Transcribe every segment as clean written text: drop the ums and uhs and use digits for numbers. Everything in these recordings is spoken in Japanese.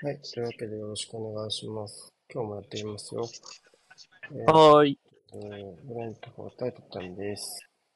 はい。というわけでよろしくお願いします。今日もやっていきますよ。えーっはーい。 ブレントフォー対トッテナムです。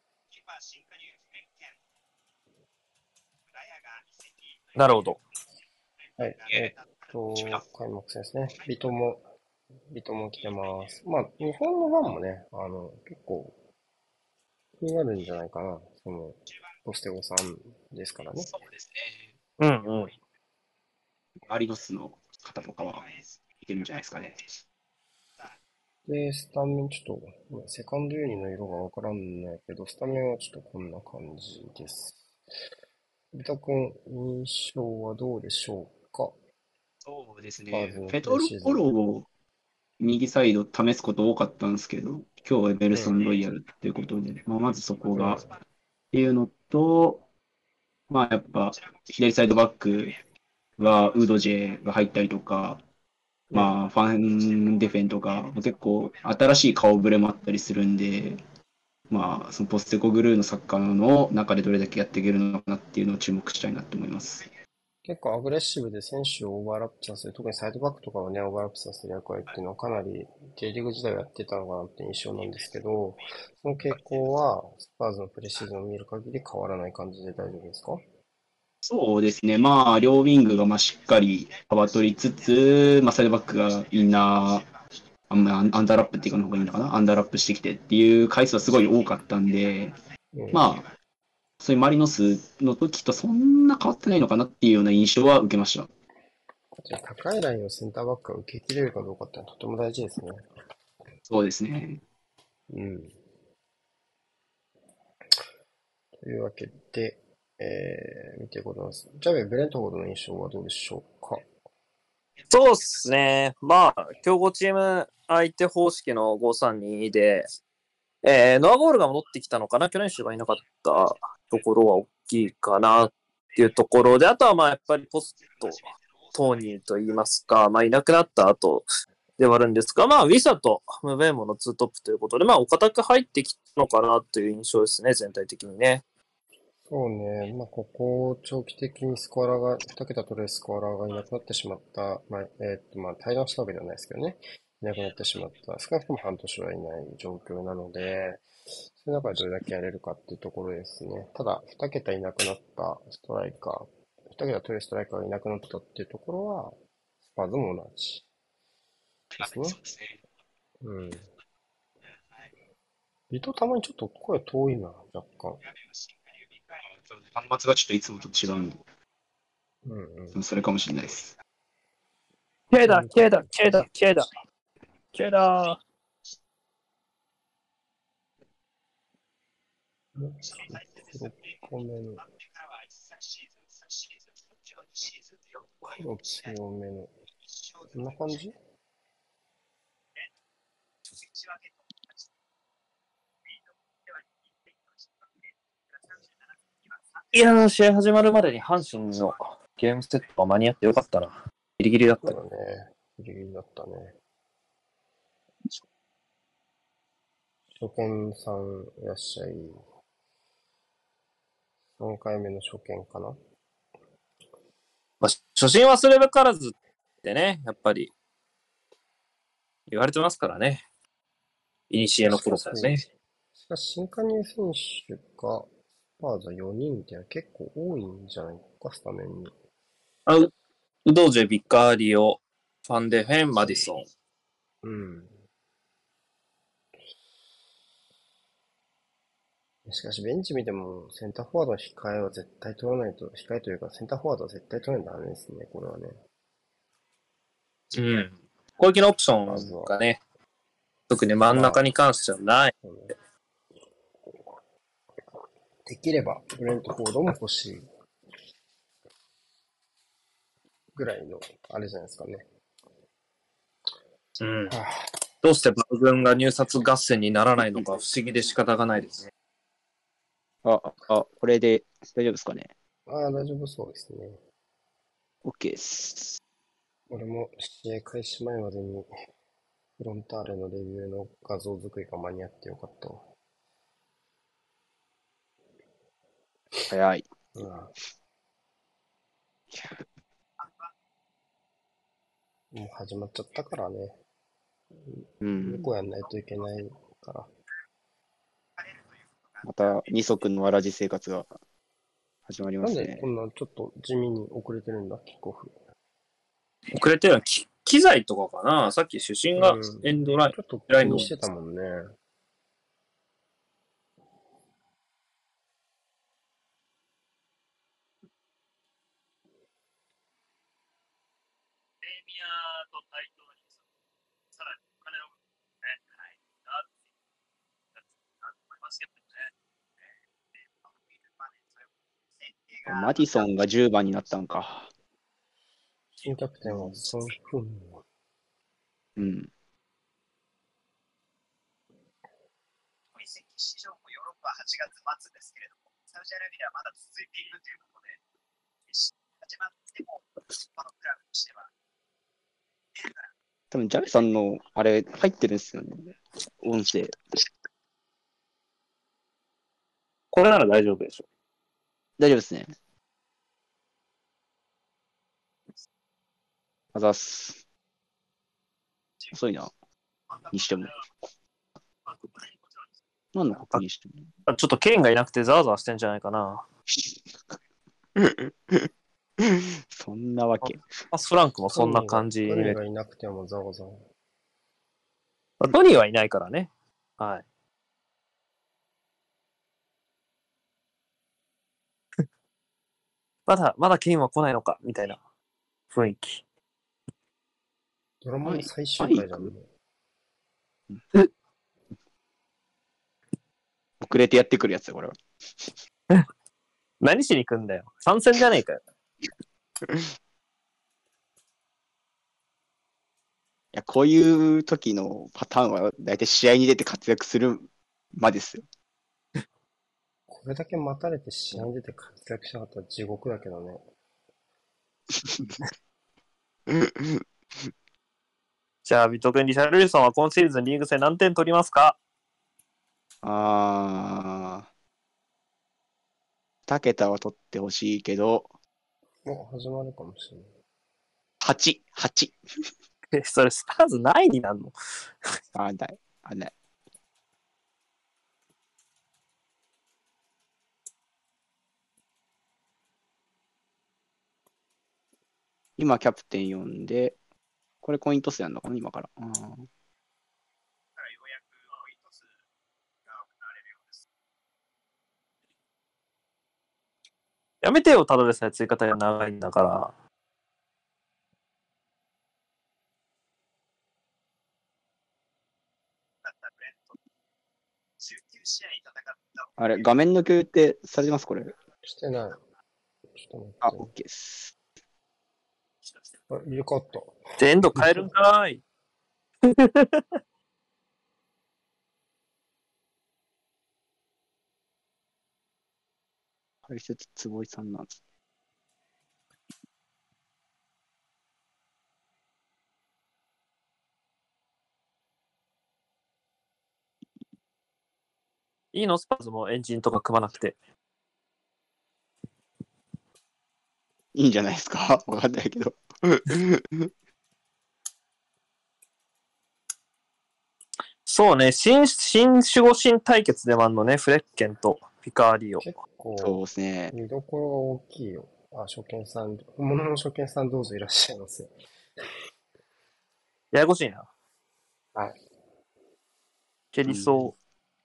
なるほど。 はい。開幕戦ですね。ビトも来てます。まあ、日本のファンもね、結構気になるんじゃないかな。ポステゴさんですからね。 そうですね。 うんうん。 アリノスの方とかはいけるんじゃないですかね。 で、スタメンちょっと、セカンドユニの色がわからんないけど、スタメンはちょっとこんな感じです。ビタ君、印象はどうでしょうか？ そうですね。 スパーズのペトル・プレシーズン。 ポロを右サイド試すこと多かったんですけど、今日はエメルソン・うん、 ロイヤルっていうことで、まずそこが、っうん、 ていうのと、やっぱ、左サイドバックはウードジェが入ったりとか、 うん。 ファンデフェンとか、結構新しい顔ぶれもあったりするんで、そのポステコグルーのサッカーの中でどれだけやっていけるのかなっていうのを注目したいなと思います。 結構アグレッシブで選手をオーバーラップさせる、特にサイドバックとかをね、オーバーラップさせる役割っていうのはかなり J リーグ時代はやってたのかなって印象なんですけど、その傾向はスパーズのプレシーズンを見る限り変わらない感じで大丈夫ですか？ そうですね。両ウィングがしっかり幅取りつつ、サイドバックがインナー、アンダーラップっていうかの方がいいのかな、アンダーラップしてきてっていう回数はすごい多かったんで、 うん。 まあ、そういうマリノスの時とそんな変わってないのかなっていうような印象は受けました。 じゃあ高いラインをセンターバックが受け切れるかどうかってのはとても大事ですね。 そうですね。 うん。というわけで、見ていこうと思います。じゃあ、ブレントフォードの印象はどうでしょうか？ そうっすね。強豪チーム相手方式の5-3-2で、ノアゴールが戻ってきたのかな。去年週がいなかったところは大きいかなっていうところで、あとはやっぱりポスト投入といいますか、いなくなった後ではあるんですが、ウィサとムベーモのツートップということで、お堅く入ってきたのかなという印象ですね、全体的にね。 そうね。ここ、長期的にスコアラーが、2桁取れるスコアラーがいなくなってしまった。対談したわけではないですけどね。いなくなってしまった。少なくとも半年はいない状況なので、その中でどれだけやれるかっていうところですね。ただ、2桁いなくなったストライカー、2桁取れるストライカーがいなくなったっていうところは、スパーズも同じですね。 そうですね。 うん。ビトたまにちょっと声遠いな、若干。 端末がちょっといつもと違うんで、 うんうん。 それかもしれないです。 ケーだ、 そういうこケーだ、 とか。 ケーだ、ケーだ、ケーだ。 黒っぽめの、黒強めの、こんな感じ？ いやー、試合始まるまでに阪神のゲームセットが間に合ってよかったな。ギリギリだったよ。 そうだね。ギリギリだったね。初見さんいらっしゃい。4回目の初見かな？ 初心忘れるからずってね、やっぱり言われてますからね。いにしえの頃からね。 しかし新加入選手が、スパーズは4人って結構多いんじゃないか、スタメンに。 ウドージェ、ビッカーリオ、ファンデフェン、マディソン。 うん。しかし、ベンチ見ても、センターフォワードの控えは絶対取らないと、控えというか、センターフォワードは絶対取らないとダメですね、これはね。 うん。攻撃のオプショまずは。 ンがね、特に真ん中に関してはない。 できれば、ブレントフォードも欲しいぐらいの、あれじゃないですかね。 うん。 はあ、 どうしてバグ軍が入札合戦にならないのか不思議で仕方がないですね。 これで大丈夫ですかね。 ああ、大丈夫そうですね。 OK です。 俺も試合開始前までに、フロンターレのレビューの画像作りが間に合ってよかったわ。 早い。 うん。 もう始まっちゃったからね。 うん 2。個やんないといけないから。 また二足のわらじ生活が始まりまなんすね。 でこんなちょっと地味に遅れてるんだ、キックオフ。 遅れてるのは機材とかかな。さっき主審がエンドライン、 ちょっとラインの。 気にしてたもんね。 マディソンが10番になったんか。 新キャプテンはソン・フン。 うん。多分ジャベさんのあれ入ってるんですよね。音声。 これなら大丈夫でしょ。 大丈夫ですね。あざっす。遅いな。にしても。何の確認しても。 ちょっとケインがいなくてザワザワしてんじゃないかな。 そんなわけ。 フランクもそんな感じ。 トニーがいなくてもざわざわ。 トニーはいないからね。はい。まだケインは来ないのか、みたいな雰囲気。 ドラマの最終回じゃん。 遅れてやってくるやつだ、これは。 何しに行くんだよ。参戦じゃねえかよ。 いや、こういう時のパターンは大体試合に出て活躍するまですよ。 これだけ待たれて試合に出て活躍しなかったら地獄だけどね。 じゃあ、ビト君、リシャルリソンは今シーズンリーグ戦何点取りますか？ 2桁は取ってほしいけど、 もう始まるかもしれない。 8。 それスパーズ何位になるの？ ない。今、キャプテン呼んで、これコイントスやんのかな今から。 やめてよ、ただでさえ追加タイム長いんだから。 あれ、画面の共有ってされてますこれ。 してない。ちょっあ、 と待っ OK です。 て。あ、入れ替わった。 で、エンド変えるんかい。 解説、坪井さんなんです。 いいのスパーズもエンジンとか組まなくて。 いいんじゃないですかわかんないけど。 そうね、新守護神対決でもあるのね、フレッケンとピカーディオ。 結構、 そうですね。 見どころが大きいよ。あ、初見さん、本物の初見さんどうぞいらっしゃいませ。 ややこしいな。 はい。 蹴りそ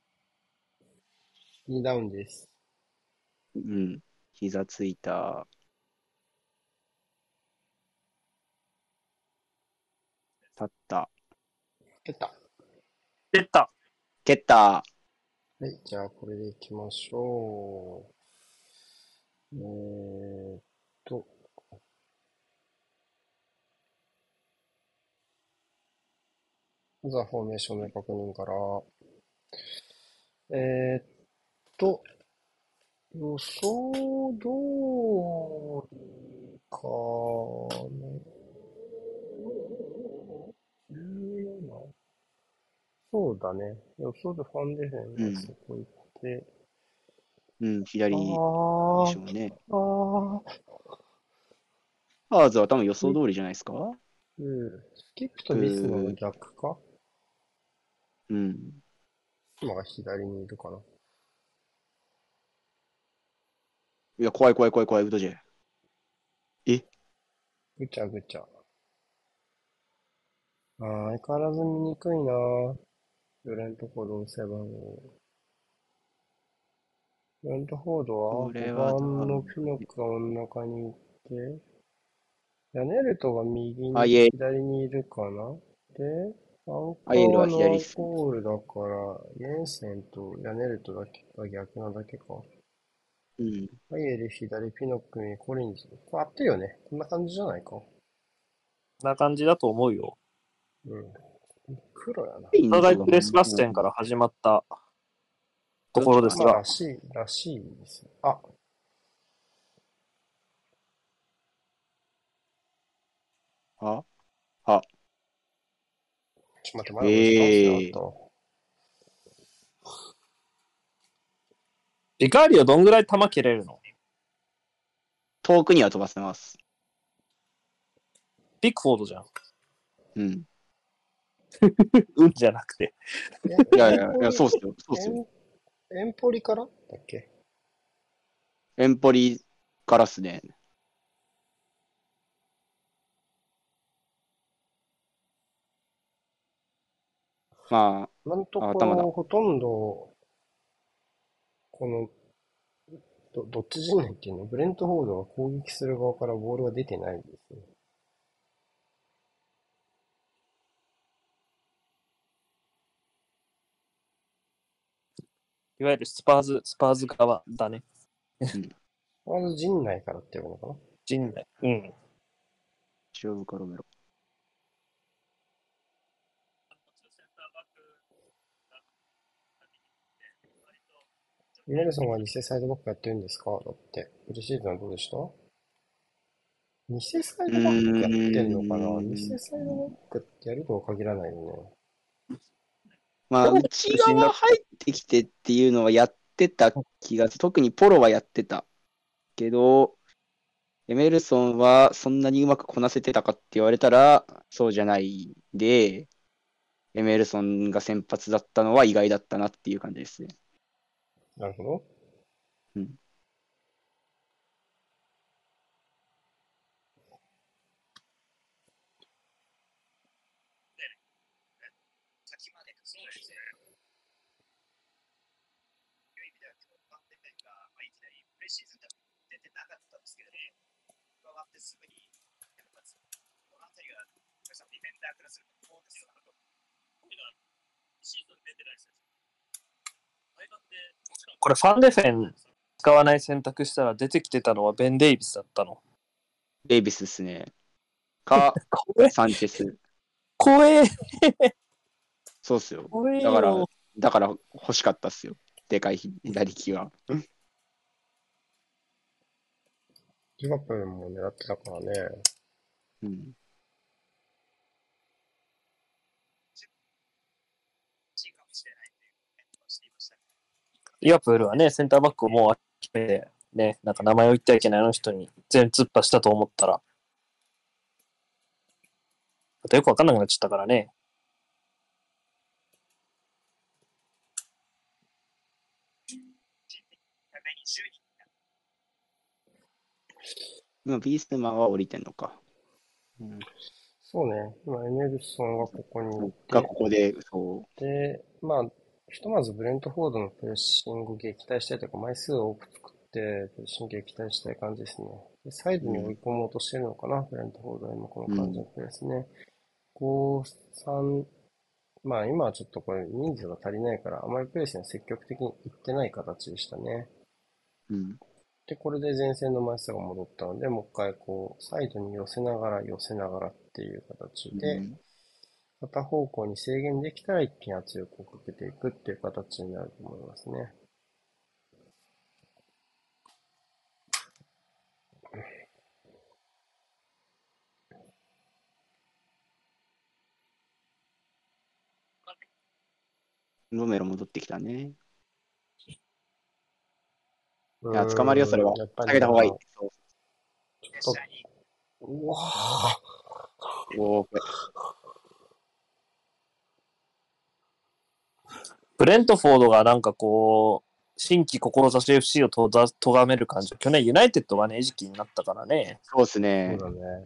2ダウンです。 うん。膝ついた。立った。 蹴った。 出た。 蹴った。 はい、じゃあこれでいきましょう。と、まずはフォーメーションの確認から。えーっと、予想通りかね。17？そうだね。予想でファンデーションがそこ行って。 うん、左でしあょうね。 あ、ああ、 ハーズは多分予想通りじゃないですかうん。スキップとビスマが逆か。 うん。 今が左にいるかな。 いや、怖い怖い怖い怖い、ウドジェ。えぐちゃぐちゃ。ああ、相変わらず見にくいなぁ。ブレントフォードの背番号。ブレントフォードはこれは 5番のピノックが真ん中に行って、ヤネルトが右に、 アイエ左にいるかな。で、アンカアイエルはーはノア左っすね。 ゴールだから、イエンセンとヤネルトだけが逆なだけか。 うん。 アイエル左、ピノックにコリンズ。これ合ってるよね。こんな感じじゃないか。 こんな感じだと思うよ。 うん。黒やな。 インお互いズがプレス合戦から始まったところですまあ、 が、 らしいですよ。あ、 ああ、 ちょっと待って、まだ5時間しなかっええたわ。 ビカーリオどんぐらい球蹴れるの？ 遠くには飛ばせます。 ビッグフォードじゃん。 うん。 うんじゃなくて。 いやいや、いや、 エンポリ、 そうっすよ。そうっすよ。 エン、エンポリからだっけ？ エンポリからっすね。ま今のとあ、 こ頭だ。 ろほとんど、この、どっち陣内っていうのブレントフォードが攻撃する側からボールが出てないですね。 いわゆるスパーズ側だね。 うん。 まず陣内からっていうのかな。 陣内。うん。 シオブカロメロ。 ネルソンは偽サイドバックやってるんですか？だって。プレシーズンはどうでした？偽サイうドバックやってんのかな？偽ーん。 サイドバックってやるとは限らないよね。 まあ、 神戸内出身だっ側入ってきてっていうのはやってた気がする。特にポロはやってたけど、エメルソンはそんなにうまくこなせてたかって言われたら、そうじゃないで、エメルソンが先発だったのは意外だったなっていう感じですね。 なるほど。 うん。 これファンデフェン使わない選択したら出てきてたのはベン・デイビスだったの。 デイビスですね。か、 怖え、 サンチェス。 怖え、 そうっすよ。 怖えだから、 よ。 だから欲しかったっすよ。でかい左利きは。 リバプールも狙ってたからね。 うん。 リバプールはね、センターバックをもう決めて、ね、なんか名前を言ってはいけないあの人に全突破したと思ったら、またよくわかんなくなっちゃったからね。 今、ビースマンは降りてんのか。うん。 そうね。今、エネルソンがここにいが、 て、 ここで、そで、まあ、ひとまずブレントフォードのプレッシングを撃退したいというか、枚数を多く作って、プレッシング撃退したい感じですね。で、サイドう。うに追いん。 込もうとしてるのかな、ブレントフォードは今このうん。 感じのプレーですね。5、3、まあ今はちょっとこれ人数が足りないから、あまりプレスには積極的にいってない形でしたね。 うん。 で、これで前線の枚数が戻ったので、もう一回こう、サイドに寄せながら寄せながらっていう形で、 うん。 片方向に制限できたら一気に圧力をかけていくっていう形になると思いますね。 ロメロ戻ってきたね。 ういや、捕まるよ、それは。 やっぱりな、 下げた方がいい。 ちょっと、うわぁ、 おーブレントフォードがなんかこう、新規志 FC をとがめる感じ。去年ユナイテッドがね、餌食になったからね。 そうですそうね。 だね。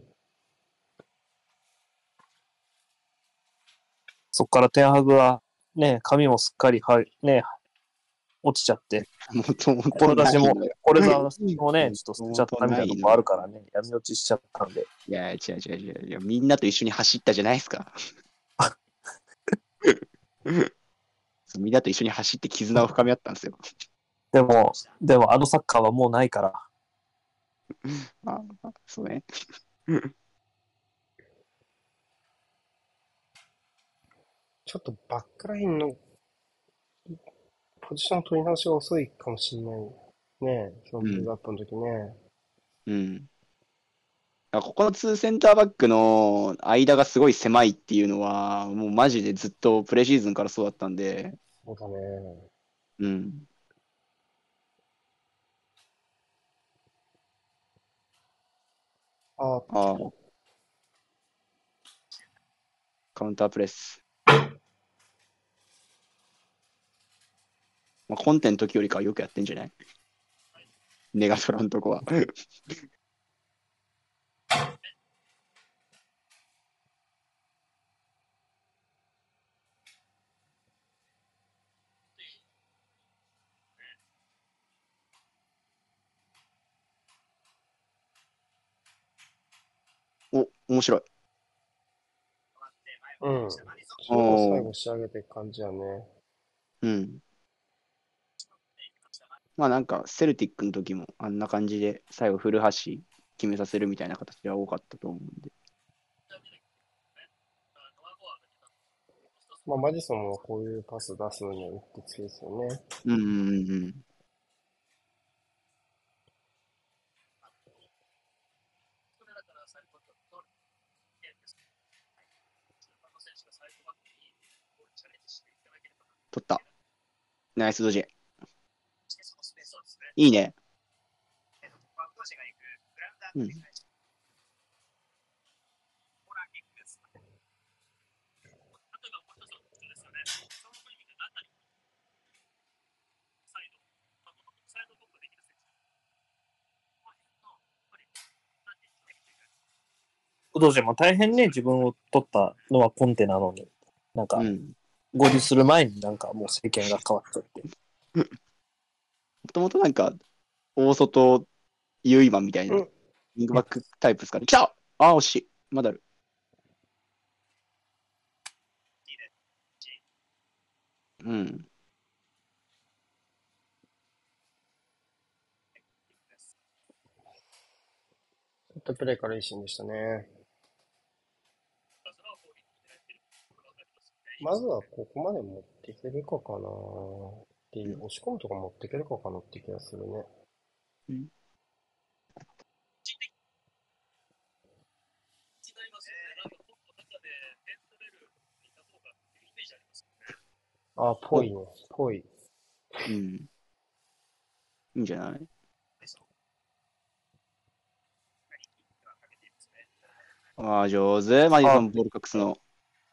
そっからテンハグはね、髪もすっかりね、落ちちゃって、 もともと志も、 ないのよ。 志もね、ちょっと捨てちゃったみたいなとこあるからね、闇落ちしちゃったんで。 いや、違う違う違う違う。みんなと一緒に走ったじゃないですか。みんなと一緒に走って絆を深め合ったんですよ。 でもあのサッカーはもうないから。 そうね。 ちょっとバックラインのポジション取り直しが遅いかもしれない。ねえ、そのビルドアップの時ね。 うん。ここの2センターバックの間がすごい狭いっていうのは、もうマジでずっとプレシーズンからそうだったんで、 そうだね。 うん。 あ、 ああ、カウンタープレス。まあ、コンテの時よりかはよくやってんじゃない？ネガトラのとこは。お、面白い。 うん。それを最後仕上げていく感じやね。 うん。まあなんか、セルティックの時もあんな感じで最後フルハッシー決めさせるみたいな形が多かったと思うんで。 まあ、マジソンもこういうパス出すのにはうってつけですよね。 うんうんうんうん。取った。ナイスドジェ。いいね。うん。 当時も大変ね、自分を取ったのはコンテなのに、なんかう、ん。 合流する前になんかもう政権が変わっちゃって。 もともとなんか、大外ユイマンみたいな、 うん。 ウィングバックタイプですかね。来た惜しい。まだある。うん。 ちょっとプレイからいいシーンでしたね。まずはここまで持っていけるかかなっていう、押し込むとか持っていけるかかなって気がするね。 うんあ、ぽいね。ぽい。 うん。いいんじゃない？上手。マディソンボール隠すの。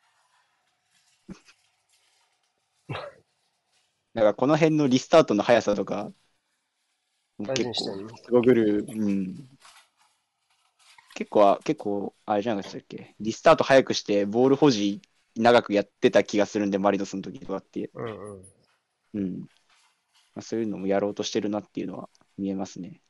だからこの辺のリスタートの速さとか、 大事結構にしてんの。 ゴグル、うん。結構、あれじゃなかったっけ？リスタート早くしてボール保持長くやってた気がするんで、マリノスの時とかって。 うんうん。 うん。まあ、そういうのもやろうとしてるなっていうのは見えますね。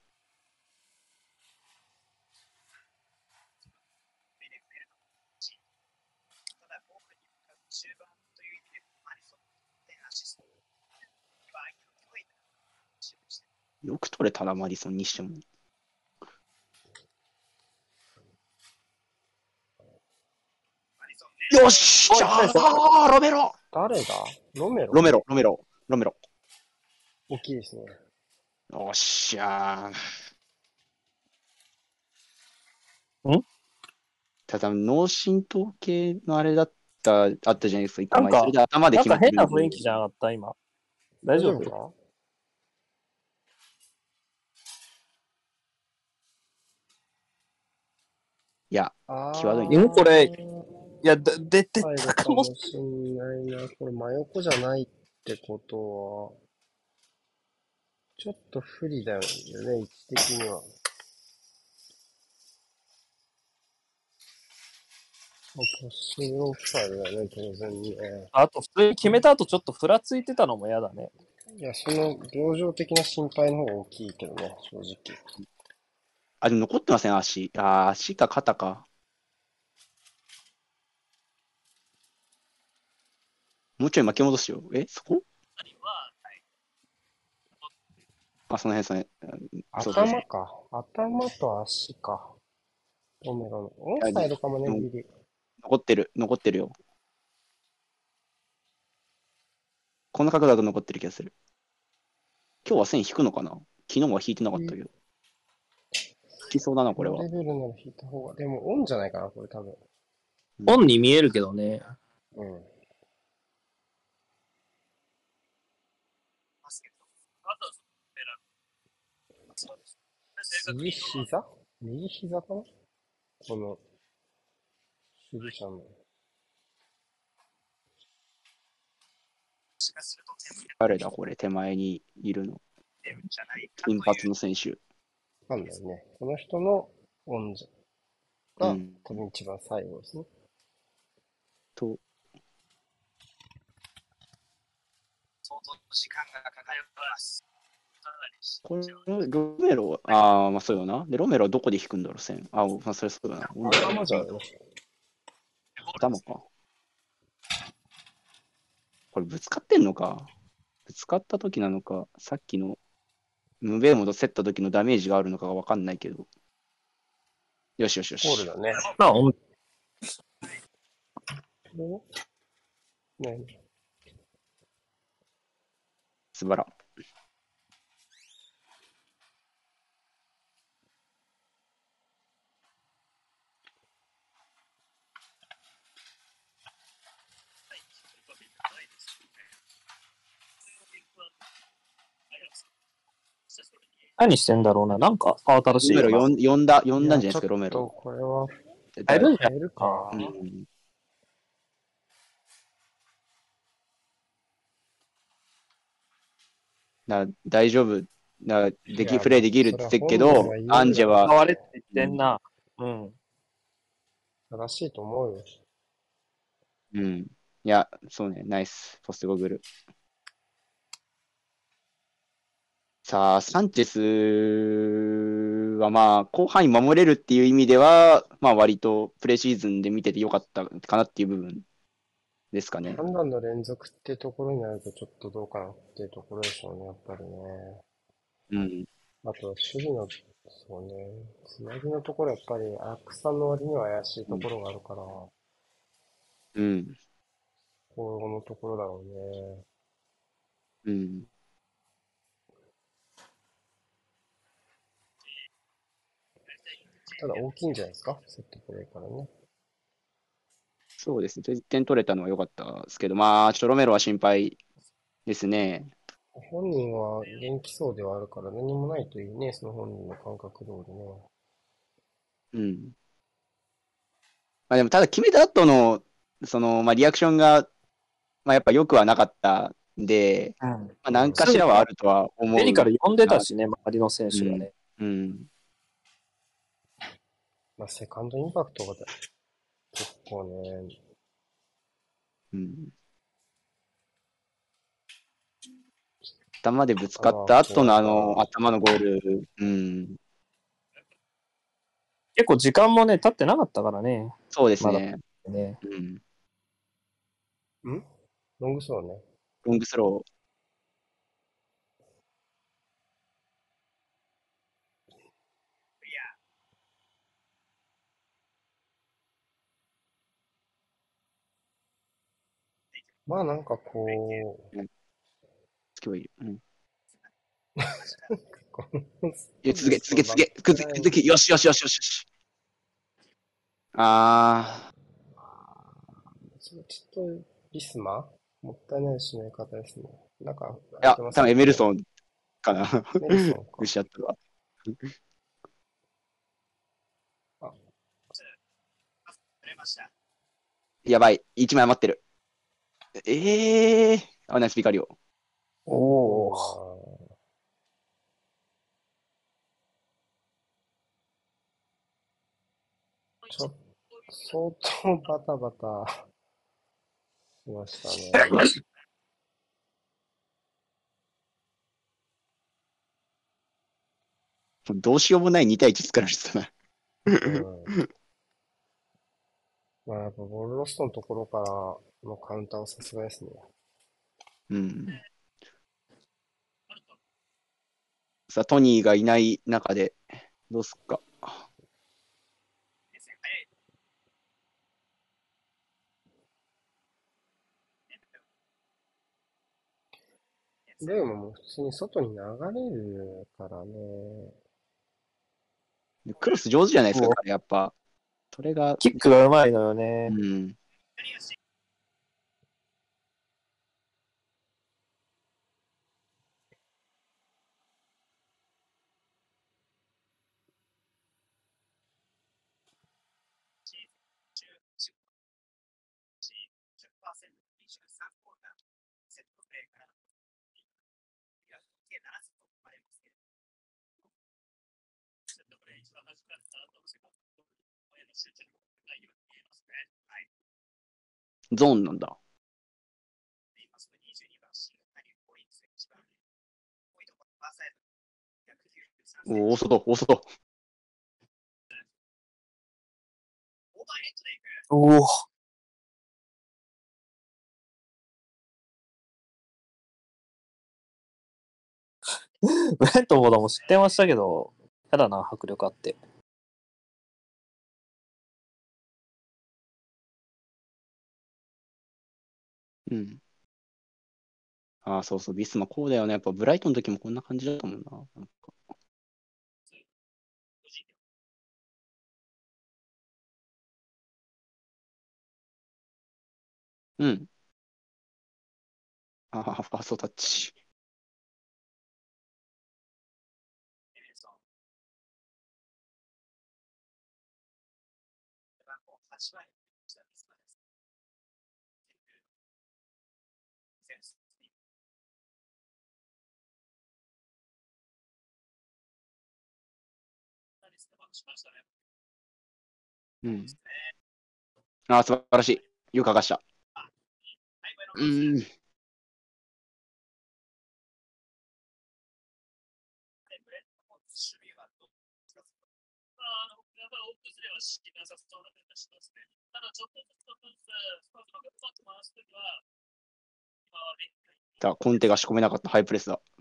よく取れたな、マディソンにしても。よっしゃーロメロ誰だロメロロメロ、ロメロ、ロメロ。 大きいですね。 よっしゃんただ、脳震盪系のあれだった、あったじゃないですか、一個前。 なんかそれで頭で決まってるんで。 変な雰囲気じゃなかった、今。大丈夫かいや、際どいねこれいや、出てサイドたかもかもしんないな。これ真横じゃないってことは、ちょっと不利だよね、位置的には。ポッシブルオフサイドだよね、当然ね。 あと、普通に決めた後ちょっとふらついてたのも嫌だね。 いや、その病状的な心配の方が大きいけどね、正直。 あ、でも残ってません、足。足か肩か。もうちょい巻き戻しよう。そこその辺、その辺。そうそうそう頭か。頭と足か。ロメロの。オンサイドかもね、ギリ。 残ってるよ。こんな角度だと残ってる気がする。今日は線引くのかな？昨日は引いてなかったけど。引きそうだな、これはこの。レベルなら引いた方が。でも、オンじゃないかな、これ多分。 オンに見えるけどね。 うん。右膝右膝かなこの、守備者の。 誰だ、これ、手前にいるの。金髪の選手。 わかんないね。この人のオンジャが、 うん多分一番最後ですね。 と、これ、ロメロ、まあそうよな。で、ロメロはどこで引くんだろう、線。まあそれそうだな。 頭じゃないの頭か。これぶつかってんのか。ぶつかった時なのか、さっきのムベーモと競った時のダメージがあるのかがわかんないけど。よしよしよし。 ゴールだね。 まあ、オン。 ね。 素晴らん。 何してんだろうな。なんか慌ただしいロメロよな。 呼んだんじゃないですか、 ちょっとロメロ。 これは、 変えるんじゃ変えるか。 うん大丈夫いやプレイできるって言ってるけどそれは本人が言う、だろアンジェは、 変われって言ってんな。うん。 正しいと思うよ。 うん。いや、そうね、ナイス、ポストゴーグル。さあ、サンチェスはまあ、後半に守れるっていう意味では、まあ割とプレシーズンで見ててよかったかなっていう部分ですかね。 判断の連続ってところになるとちょっとどうかなっていうところでしょうね、やっぱりね。 うん。 あと、守備の、そうね、つなぎのところやっぱり、アクさんの割には怪しいところがあるから、 うん。 このところだろうね。 うん。 ただ大きいんじゃないですか、セットプレーからね。 そうですね。1点取れたのは良かったですけど、まあ、ちょっとロメロは心配ですね。 本人は元気そうではあるから何もないといいね、その本人の感覚通りね。 うん。まあでも、ただ決めた後の、まあリアクションが、まあやっぱ良くはなかったんで、 うん。 まあ何かしらはあるとは思う。 ベリから呼んでたしね、周りの選手がね。 うん。 まあ、セカンドインパクトが結構ね、 うん。頭でぶつかった後の頭のゴール、うん。 結構時間もね、経ってなかったからね。 そうですね。 ねうん。 ロングスローね。 ロングスロー。 まあなんかこつけばいいよ。うん。 この続け。よしよしよしよしよし。 それちょっと、ビスマもったいないしない方ですね。なんか、 いや、多分エメルソン。 ンかな。 メルソンか。 ウシャットは。 やばい。1枚余ってる。ナイスピカリオ。 おお。 ちょっと、相当バタバタしましたね。 どうしようもない2対1作られてたな。 まあやっぱボールロストのところからのカウンターはさすがですね。 さあ、トニーがいない中で、どうすっか。 レウも普通に外に流れるからね。 クロス上手じゃないですか、やっぱ。それが、 キックがうまいのよね。 ゾーンなんだ。大外、大外。 おお。ブレントフォードも知ってましたけど、やだな、迫力あって。 そうそう、ビスマこうだよね。やっぱブライトの時もこんな感じだったもんな。なんかファーストタッチ。素晴らしい。よくかかした。コンテが仕込めなかったハイプレスだ。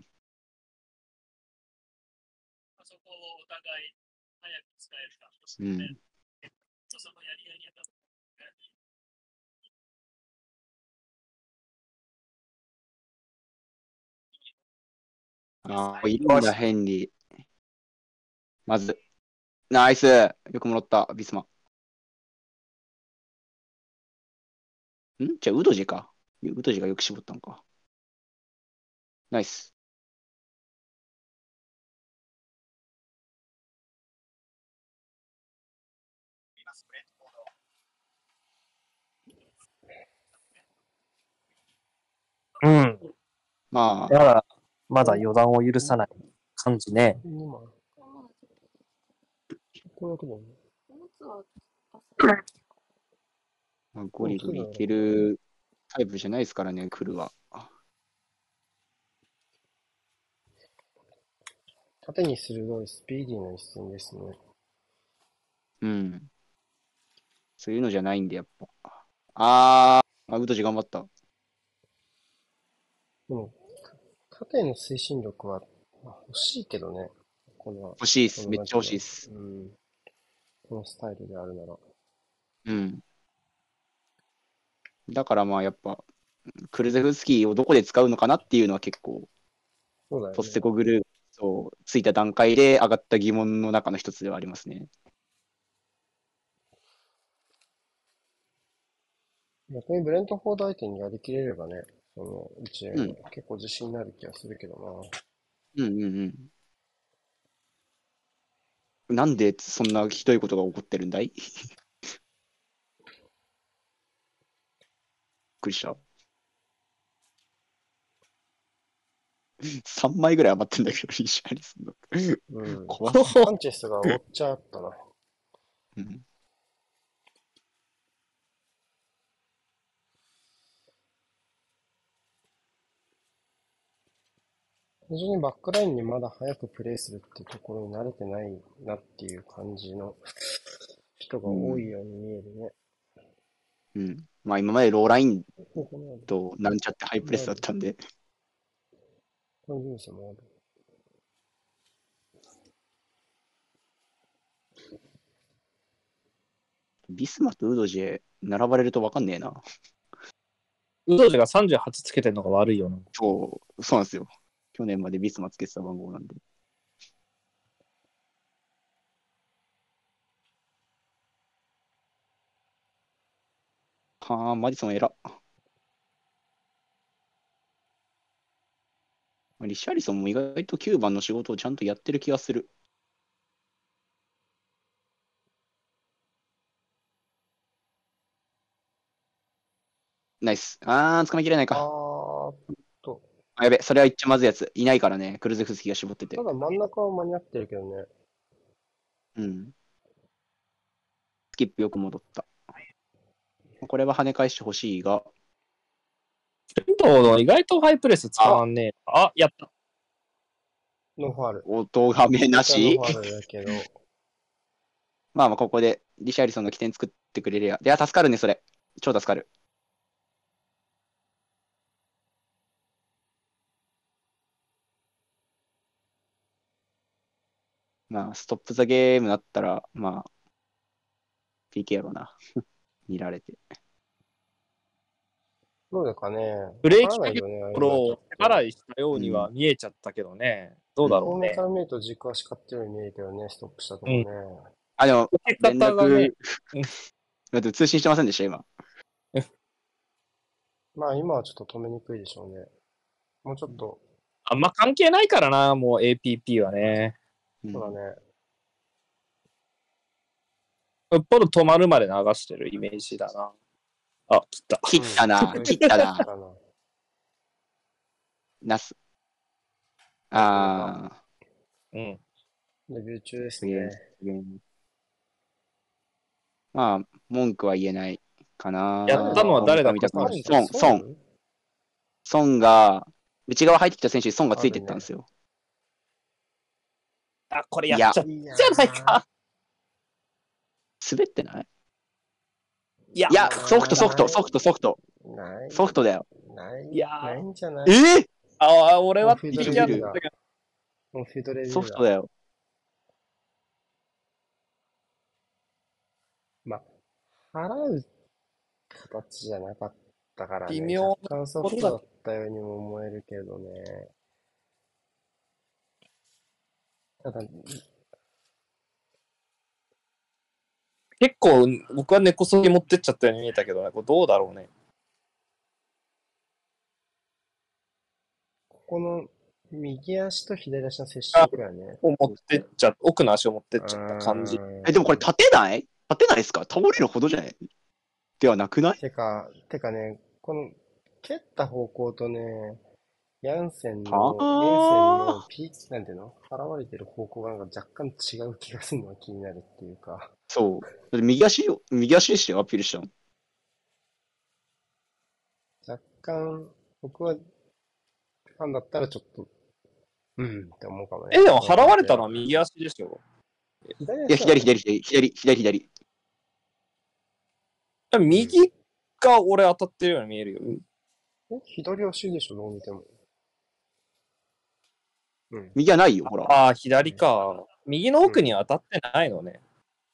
いるんだ、ヘンリー。まず、ナイス。よくもらった、ビスマ。じゃあ、ウドジか。ウドジがよく絞ったのか。ナイス。 うん。 まだから、まだ予断を許さない感じね。 ゴリゴリいけるタイプじゃないですからね、クルは。 縦に鋭いスピーディーな一戦ですね。 そういうのじゃないんで、やっぱ。ウドジ頑張った。 でも、縦への推進力は、欲しいけどね。 欲しいっす。めっちゃ欲しいっす。 このスタイルであるなら。 だからまあやっぱ、クルゼフスキーをどこで使うのかなっていうのは結構、ポステコグループをついた段階で上がった疑問の中の一つではありますね。 逆にブレントフォード相手にやりきれればね、その1円は結構自信になる気がするけどな。なんでそんなひどいことが起こってるんだいくりした。3枚ぐらい余ってんだけど、リシャリソンの。 うん。 怖サンチェスがウォッチャーあったな。 うん。 非常にバックラインにまだ早くプレイするっていうところに慣れてないなっていう感じの人が多いように見えるね。 うん。まあ今までローラインここにある。 となんちゃってハイプレスだったんで。 こういうニュースもある。 ビスマとウドジェ並ばれると分かんねえな。 ウドジが38つけてるのが悪いよな。 そうなんですよ。去年までビスマつけてた番号なんで。はあ、マディソン偉っ。リシャリソンも意外と9番の仕事をちゃんとやってる気がする。ナイス。掴みきれないか。 と。 やべ、それは言っちゃまずいやつ。いないからね、クルゼフスキが絞っててた。だ真ん中は間に合ってるけどね。 うん。スキップよく戻った。これは跳ね返してほしいが。 剣道の意外とハイプレス使わんねえ。やった。 ノーファール。 音がめなしノーファールだけど。 まあここでリシャリソンの起点作ってくれるや。いや、助かるね、それ。超助かる。まあ、ストップザゲームだったら、まあ、PK やろうな。見られて。 どうですかね。 ブレーキわからないよね。 ところを手払いしたようには見えちゃったけどね。どうだろうね方面か。ら見ると軸足買ってるように見えるけどね、ストップしたとこね。 あ、でも、 受け連方がね絡、だって通信してませんでした、今。 まあ今はちょっと止めにくいでしょうね。もうちょっと、 あんま関係ないからな、もう APP はね。 そうだね。 うっぽど止まるまで流してるイメージだな。切った。 切ったな、 うん切ったな。 だな。 ナス。あうん。 レビュー中ですー、 ね。 まあ、文句は言えないかな。 やったのは誰だかソン、 分かるソン、ソン。ソンが、内側入ってきた選手にソンがついてったんですよ。 これやっちゃったじゃないか。 滑ってないいやいや、ソフト。 ない。 ソフトだよ。 ない。 いやないんじゃない俺はフィ PK ードレビューだだったけど。 もうフィードレビューソフトだよ。 まあ、払う形じゃなかったからね。 微妙な若干ソフトだったようにも思えるけどね。ただ、 結構僕は根こそぎ持ってっちゃったように見えたけどね。これどうだろうね。 ここの右足と左足の接触やね。 奥の足を持ってっちゃった感じ。 でもこれ立てないですか倒れるほどじゃないではなくないてかね、この、蹴った方向とね、ヤンセンのなんていうの払われてる方向がなんか若干違う気がするのが気になるっていうか。 そう。だって右足でしたよ、アピールしたの。 若干、僕は、ファンだったらちょっと、って思うかもね。 でも払われたのは右足でしょ。 いや、左。 右が俺当たってるように見えるよ。 左足でしょ、どう見ても。 右はないよ、ほら。 左か。右の奥には当たってないのね。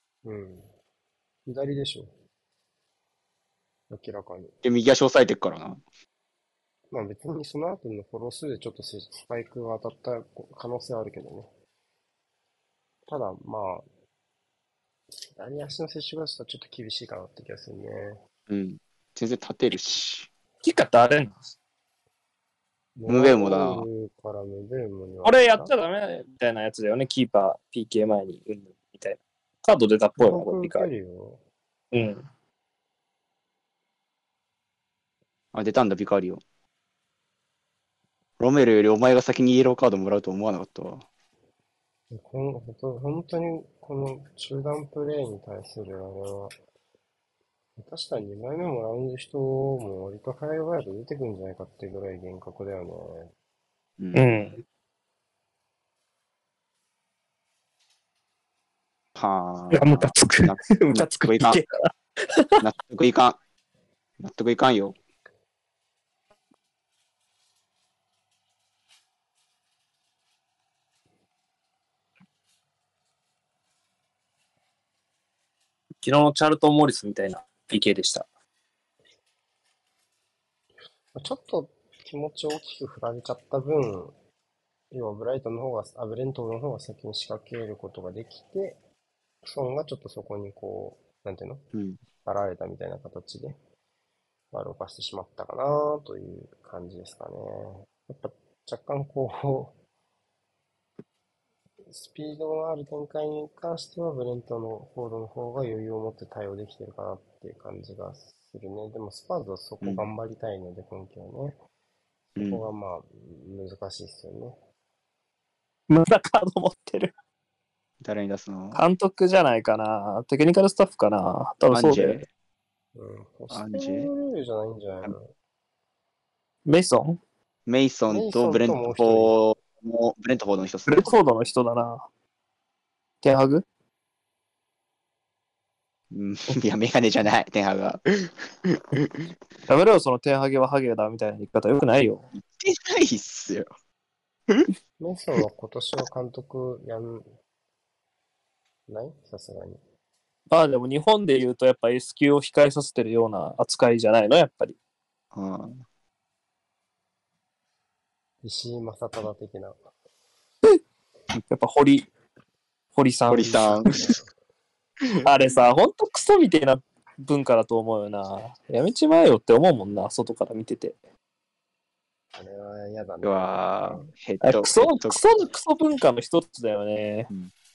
左でしょ。明らかに。 で、右足押さえてっからな。 まあ別にその後のフォロー数でちょっとスパイクが当たった可能性はあるけどね。ただまあ、左足の接触だとちょっと厳しいかなって気がするね。 全然立てるし。 キッカー誰なんですムベウモだな。 これやっちゃダメみたいなやつだよね。キーパー、PK 前に、みたいな。カード出たっぽいな、これ、 受けるよ。 うん。 あ、出たんだ、ビカリオ。ロメロよりお前が先にイエローカードもらうと思わなかったわ。 本当に、この中断プレイに対するあれは、確かに2枚目もらう人も割と早々と出てくるんじゃないかっていうぐらい厳格だよね。 う。 うんん。 はいや、ムカあ。 つく。ムカつくいけ。 納得いかん。納得いかんよ。 昨日のチャルトン・モリスみたいな PK でした。 ちょっと気持ち大きく振られちゃった分、要はブレントの方が先に仕掛けることができて、ソンがちょっとそこにこう、なんていうのうん。 現れたみたいな形で、悪を犯してしまったかなという感じですかね。やっぱ若干こう、スピードのある展開に関しては、ブレントのフォードの方が余裕を持って対応できてるかなっていう感じがするね。でもスパーズはそこ頑張りたいので、今季はね。そこがまあ、難しいですよね。 まだカード持ってる。 誰に出すの？ 監督じゃないかな。テクニカルスタッフかな。多分そうだよ。 ポスティングルールじゃないんじゃないの？ メイソンメイソンとブレントフォード、ブレントフォードの一つブレッドフォードの人だな。テンハグいや、メガネじゃない、テンハグが。 やめろよ、そのテンハゲはハゲだみたいな言い方よくないよ。 言ってないっすよ。 メイソンは今年は監督ないさすがに。 まあでも日本で言うとやっぱ S 級を控えさせてるような扱いじゃないの、やっぱり。 石井正忠的な。 やっぱ堀さん。 堀さん。 あれさ、ほんとクソみたいな文化だと思うよな。やめちまえよって思うもんな、外から見てて。 あれは嫌だね。 うわヘッド。 クソ文化の一つだよね。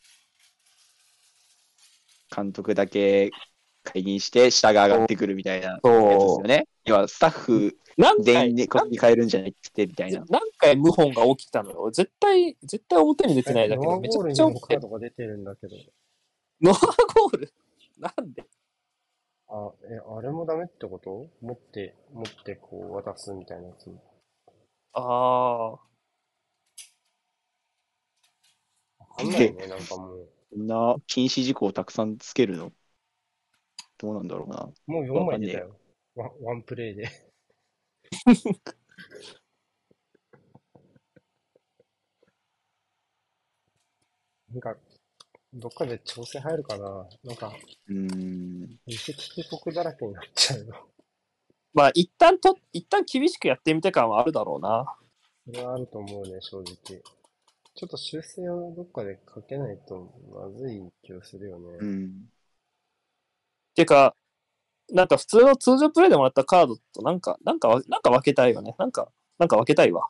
監督だけ解任して下が上がってくるみたいなやつですよね。要はスタッフ全員でここに変えるんじゃないってみたいな。 何回謀反が起きたのよ。絶対表に出てないだけど、めちゃくちゃ起きてる。 ノアゴールにもカードが出てるんだけど。 ノアゴールなんで？ あれもダメってこと？持ってこう渡すみたいなやつ。 ああ。 わかんないね、なんかもう。 そんな禁止事項をたくさんつけるの？どうなんだろうな。 もう4枚出たよ。ワンプレイで。なんか、どっかで調整入るかな。なんか、移籍帰国だらけになっちゃうの。 まあ、一旦厳しくやってみて感はあるだろうな。 それはあると思うね、正直。ちょっと修正をどっかでかけないとまずい気がするよね。 てか、なんか普通の通常プレイでもらったカードとなんか分けたいよね。なんか分けたいわ。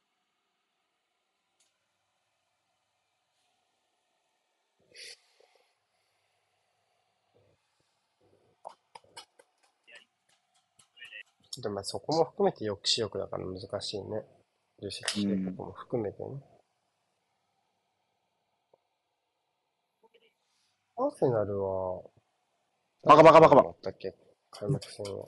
でもまあそこも含めて抑止力だから難しいね。移籍してるとこも含めてね。アーセナルは、 バカ。 あったっけ開幕戦は。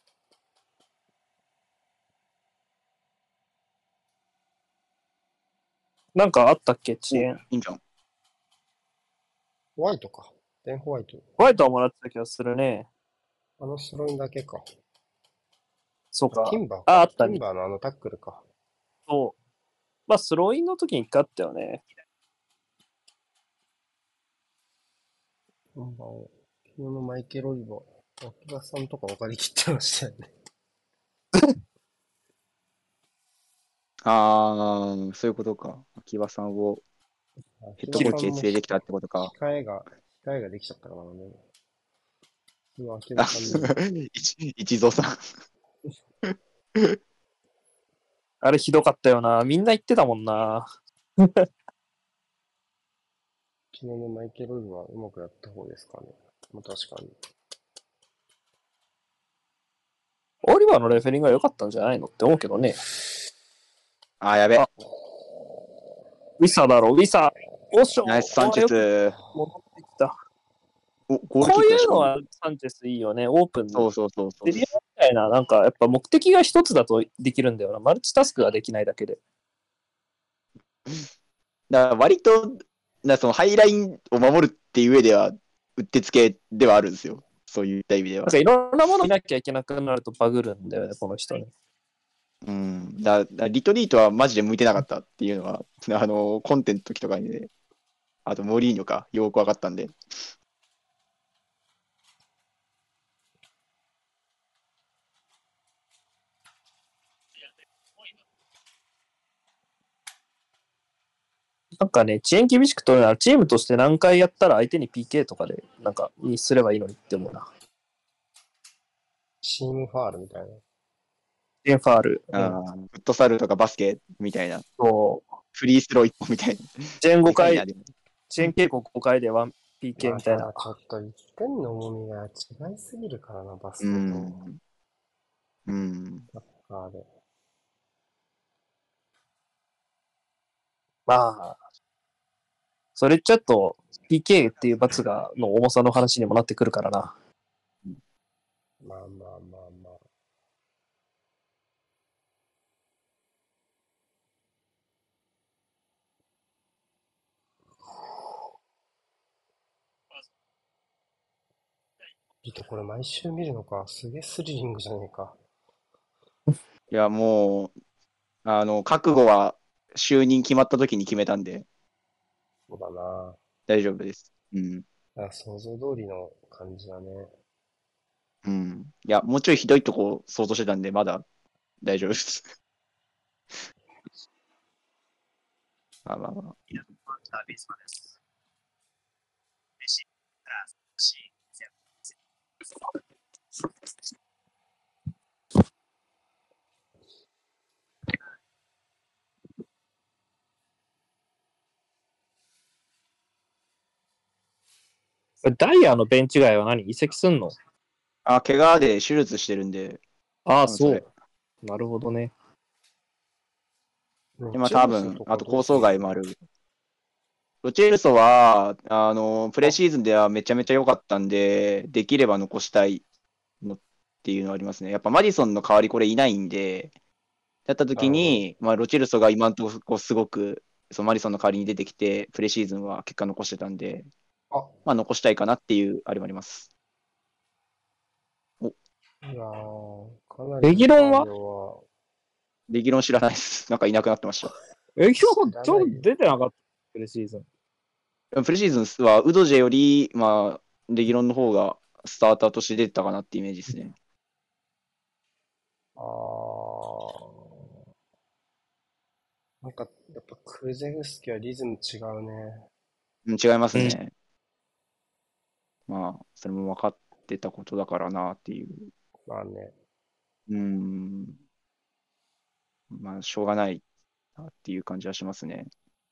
なんかあったっけ遅延。 いいんじゃん。 ホワイトか。デンホワイト。 ホワイトはもらってた気がするね。 あのスローインだけか。 そうか。 ティンバーか。 あったね。 ティンバーのあのタックルか。 そう。まあ、スローインの時に一回あったよね。 ティンバーを。昨日のマイケル・オリバー。秋葉さんとか分かりきってましたよね。 そういうことか。秋葉さんをヘッドコーチへ連れてきたってことか。 控えができちゃったからね。秋葉さんに。 一蔵さん。 あれひどかったよな。みんな言ってたもんな。 昨日のマイケル・オリバーうまくやった方ですかね。まあ確かに。 オリバーのレフェリングが良かったんじゃないのって思うけどね。 あ、やべ。 あウィサだろ、ウィサ。おっしょナイスサンチェス。 戻ってきた。 お、ゴールキこうックだしいうのはサンチェスいいよね、オープンに。 そうそうそうそう。 セリアみたいな、なんかやっぱ目的が一つだとできるんだよな。マルチタスクができないだけで。 だから割と、そのハイラインを守るっていう上では、うってつけではあるんですよ。そういった意味ではなん。かいろんなもの見なきゃいけなくなるとバグるんだよね、この人に。 うん。リトリートはマジで向いてなかったっていうのは、コンテンツの時とかにね、あとモリーニョか、よく分かったんで。 なんかね、遅延厳しく取るならチームとして何回やったら相手に PK とかでなんかにすればいいのにって思うな。 チームファールみたいな。 チームファール。 フットサルとかバスケみたいな、 そうフリースロー1本みたいな。 遅延5回、 でかいなでも遅延警告5回で 1PK みたいなまあ。ちょっと1点の重みが違いすぎるからな、バスケうとん。うん。 サッカーで。 まあ、それちょっと PK っていう罰がの重さの話にもなってくるからな。 まあまあまあまあ。リトこれ毎週見るのか。すげえスリリングじゃねえか。 いや、もう、覚悟は就任決まった時に決めたんで、 そうだな。 大丈夫です。うん。 想像通りの感じだね。 うん。いや、もうちょいひどいとこ想像してたんで、まだ大丈夫です。まあまあまあ。 ダイヤのベンチ外は何移籍すんの？ あ、怪我で手術してるんで、 ああ、 それそう。なるほどね。 でまあ多分、あと構想外もある。ロチェルソは、プレシーズンではめちゃめちゃ良かったんで、できれば残したいのっていうのはありますね。やっぱマディソンの代わりこれいないんで、やった時に、まあ、ロチェルソが今のところすごく、そのマディソンの代わりに出てきて、プレシーズンは結果残してたんで、 あ、 まあ残したいかなっていうあれもあります。 いやー、かなりレギロンははレギュロン知らないです。なんかいなくなってました。 今日、 知らないちょっと出てなかった。プレシーズン。 プレシーズンはウドジェより、まあ、レギュロンの方がスターターとして出てたかなってイメージですね。 あなんか、やっぱクルゼフスキはリズム違うね。 うん、違いますね。まあ、それも分かってたことだからなっていう。 まあね。 まあ、しょうがないなっていう感じはしますね。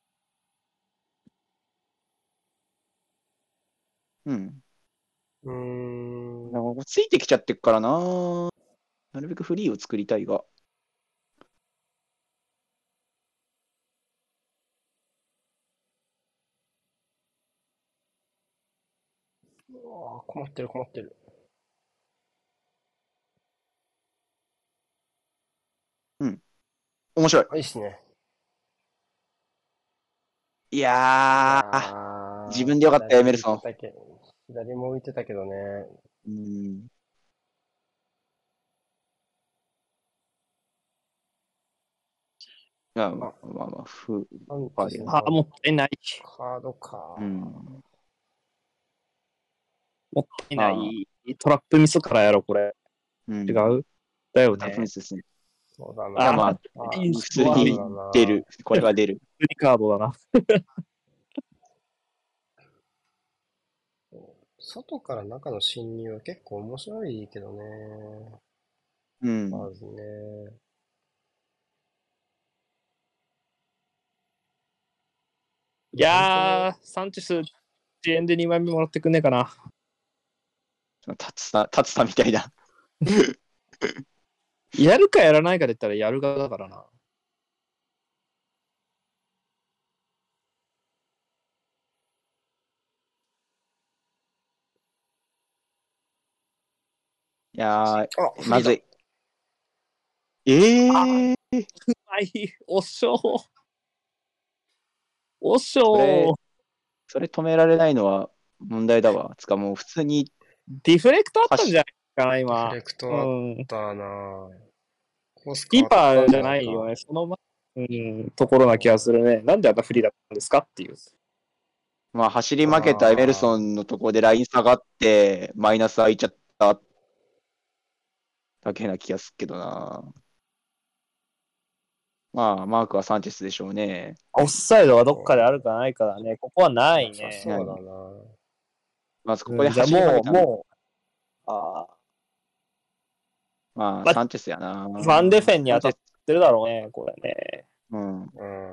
うん。 うーん。 なんかついてきちゃってっからな。なるべくフリーを作りたいが。 困ってる困ってる。 うん。面白い。 いいっすね。 いやー、自分でよかったよ、エメルソン。 左も浮いてたけどね。 うん。まあまあまあまあ、 パーあ、もったいない。 カードか。 うん。 もったいない。トラップミスからやろ、これ。 うん。 違うだよタフミね。 スですね。 そうだいや、 な。 まあ、 いい普通に出る。これは出る。 普通にカードだな。 外から中の侵入は結構面白いけどね。 うん。 まずね。 いやー、サンチェス、遅延で2枚目もらってくんねえかな。 立つたみたいな。 やるかやらないかで言ったらやる側だからな。 いやー、 あ、 まずい。 い。 はい、おしょう。おしそょれう。 それ止められないのは問題だわ。つかもう普通にディフレクトあったんじゃないかな、今。 ディフレクトあっうん。 たなぁ。コースキー変わったんパーじゃじゃないか。 ないよね。そのところな気がするね。なんであんな不利だったんですかっていう。 まあ走り負けたエメルソンのところでライン下がってマイナス空いちゃっただけな気がするけどな。まあマークはサンチェスでしょうね。 オフサイドはどっかであるかないからね。ここはないなさね。 そうだな。 まずここでじゃあ走り負けたの。 もう、あまあまあサンチェスやな。 ファンデフェンに当たっサンチェスてるだろうね、これね。 うん。 うん。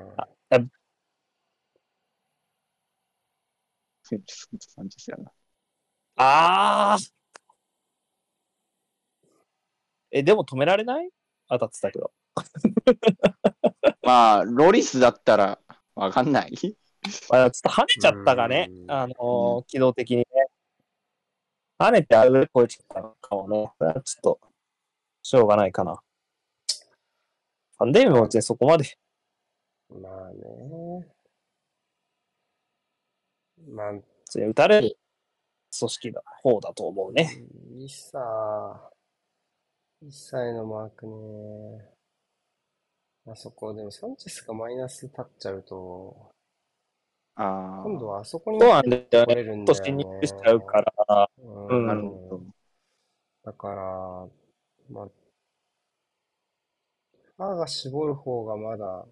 サンチェスやな。 あーでも止められない当たってたけど。 まあロリスだったらわかんない。 まあ、ちょっと跳ねちゃったかね。 うん機動的にね。跳ねてあれ超えちゃったのかもね。これはちょっと、しょうがないかな。ファンデームも別にそこまで。 まあね。まあ、 別に打たれる組織だ方だと思うね。 いいさ。一切のマークね。あそこ、でもサンチェスがマイナス立っちゃうと、今度はあそこにそうなん入ってだよね。 これるんちょっとだよね。 侵入しちゃうから。 ううんなるほど。 だから、まあ、ファーが絞る方がまだ、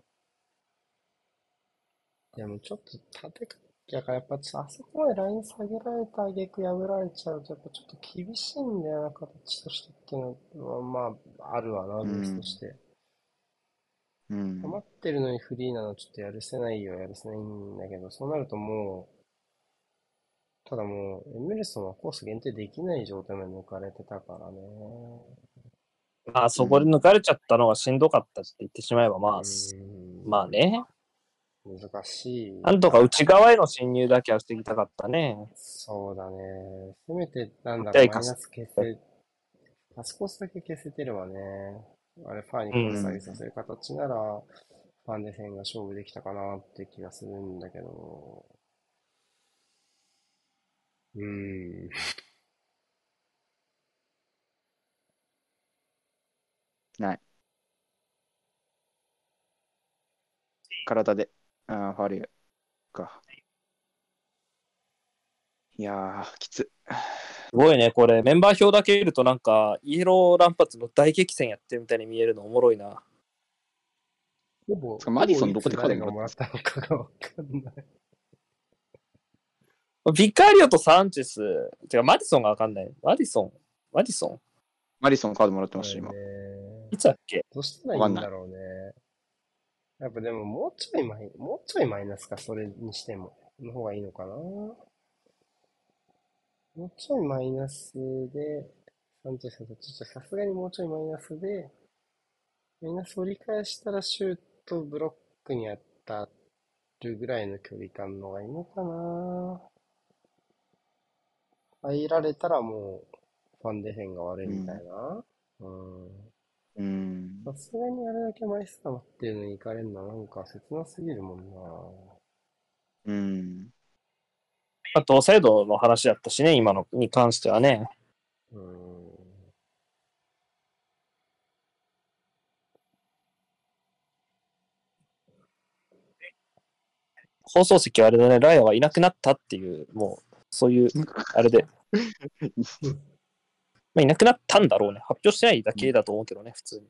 でもちょっと縦か、やからやっぱあそこまでライン下げられた挙句破られちゃうと、やっぱちょっと厳しいんだよな、形としてっていうのは、まあ、あるわな、ベースとして。 うん。 余ってるのにフリーなのちょっとやるせないよ、やるせないんだけど、そうなるともう、ただもう、エメルソンはコース限定できない状態まで抜かれてたからね。 まあ、そこで抜かれちゃったのがしんどかったって言ってしまえば、まあ、 うん、 まあね。 難しい。 なんとか内側への侵入だけは防ぎたかったね。 そうだね。せめて、なんだろう、 痛いマイナス消せ、パスコースだけ消せてればね、あれ、ファーにコース上げさせる形なら、ファンデ戦が勝負できたかなって気がするんだけど、 ない。体で。ファリューか。いやー、きつ。 すごいね、これ。メンバー表だけ見るとなんか、イエロー乱発の大激戦やってるみたいに見えるのおもろいな。 ほぼ、 マディソンどこで誰がもらったのかがわかんない。 ビカリオとサンチェス、てかマディソンがわかんない。マディソンマディソンカードもらってました、今。 いつだっけ。 どうしたらいいんだろうね。やっぱでももうちょいマイナスか、それにしても。の方がいいのかな。もうちょいマイナスで、サンチェスとちょっとさすがにもうちょいマイナスで、マイナス折り返したらシュートブロックに当たるぐらいの距離感の方がいいのかな。入られたらもう、ファンデフェンが悪いみたいな。 うん。 さすがにあれだけ枚数溜まってるのに行かれるのはなんか切なすぎるもんな。 うん。 あと、制度の話だったしね、今のに関してはね。放送席はあれだね、ライアはいなくなったっていう、もう、そういう、あれで。まあ、いなくなったんだろうね。発表してないだけだと思うけどね、普通に。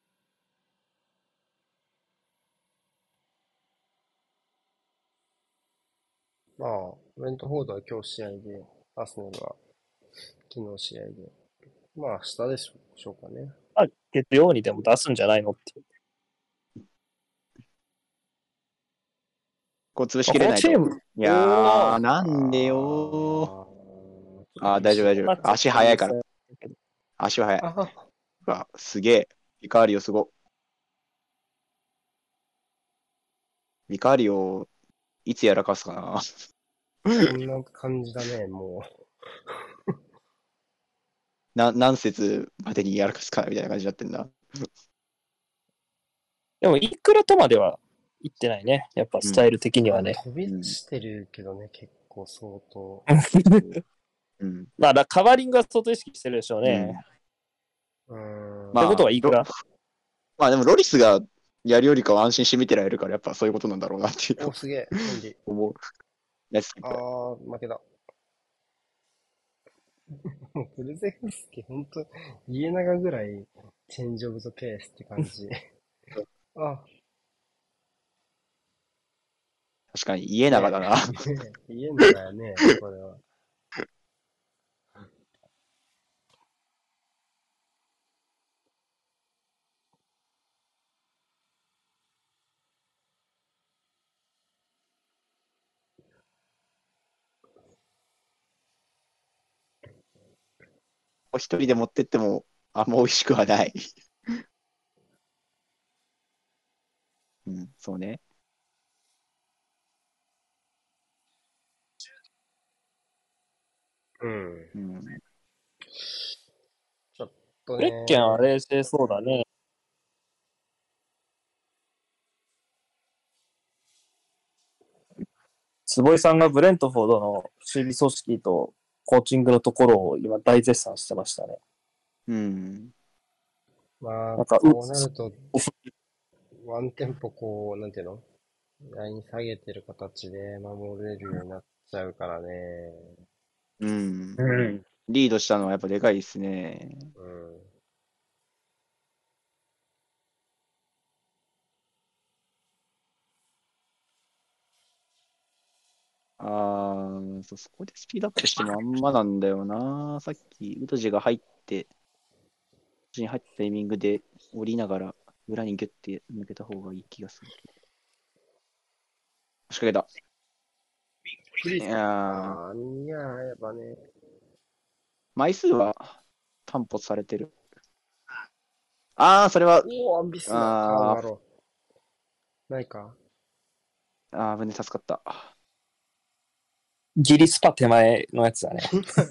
まあ、ブレントフォードは今日試合で、アーセナルは昨日試合で。まあ明日でしょうかね。 まあ、月曜にでも出すんじゃないのっていう。 こう潰しきれないと。 このチーム、 いやー、なんでよー。大丈夫。足速いから。足は速い。 あうわ、すげえ。 ビカーリオすご。ビカーリオ、いつやらかすかな。 そんな感じだね、も何節までにやらかすかみたいな感じになってんだ。 でも、いくらとまでは言ってないね。やっぱスタイル的にはう。 ね。 飛び出してるけどね、結構相当。 うん。 まあ、カバーリングは相当意識してるでしょうね。 うん。 ってことはいくらまあでもロリスがやるよりかは安心して見てられるから、やっぱそういうことなんだろうなっていうお、すげえ、便利。 思う。ナイス。 あー、負けだ。もう、クルゼフスキ、ほんと、家長ぐらい、チェンジオブザペースって感じ。あ、 確かに家長だな。 ねえ、家長だよね、これは。 お一人で持ってってもあんま美味しくはない。うん、そうね。 うん。 うん。 ちょっとブレッケンはね。 冷静そうだね。坪井さんがブレントフォードの守備組織とコーチングのところを今大絶賛してましたね。 うん。 まあ、 なんか、 こうなると、ワンテンポこう、なんていうのライン下げてる形で守れるようになっちゃうからね。 うん。 うん。 リードしたのはやっぱでかいですね。 うん。 そこでスピードアップしてもあんまなんだよな。さっき、ウトジが入って、に入ったタイミングで降りながら裏にギュッて抜けた方がいい気がする。仕掛けた。いやー、 ああ、いや、やっぱね。 枚数は担保されてる。それは、 おー、ビスマ、カードあだろう。ないか危ね、助かった。 ギリスパ手前のやつだね。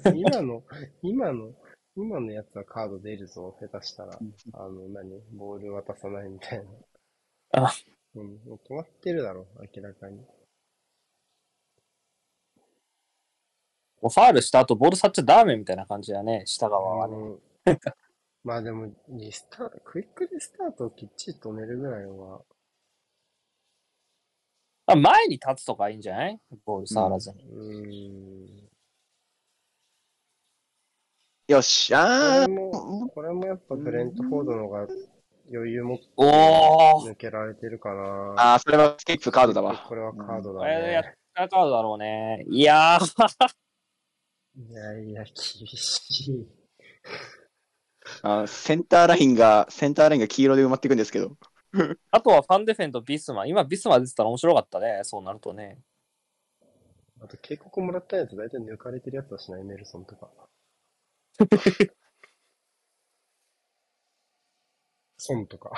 今のやつはカード出るぞ、下手したら。ボール渡さないみたいな。 あ、 うん、もう止まってるだろ、明らかに。 もうファールした後ボール触っちゃダメみたいな感じだね、下側はね。 まあでも、クイックリスタートをきっちり止めるぐらいは、 前に立つとかいいんじゃないボール触らずに。 よし、 これもやっぱブレントフォードの方が余裕持っておー抜けられてるかな。 それはスキップカードだわ。 これはカードだこれやっね。 たカードだろうね。いやーいやいや、厳しい。 センターラインが黄色で埋まっていくんですけど。 あとはファンデフェンとビスマ。今ビスマ出てたら面白かったね。そうなるとね。 あと警告もらったやつ大体抜かれてるやつはしない、メルソンとか。ソンとか。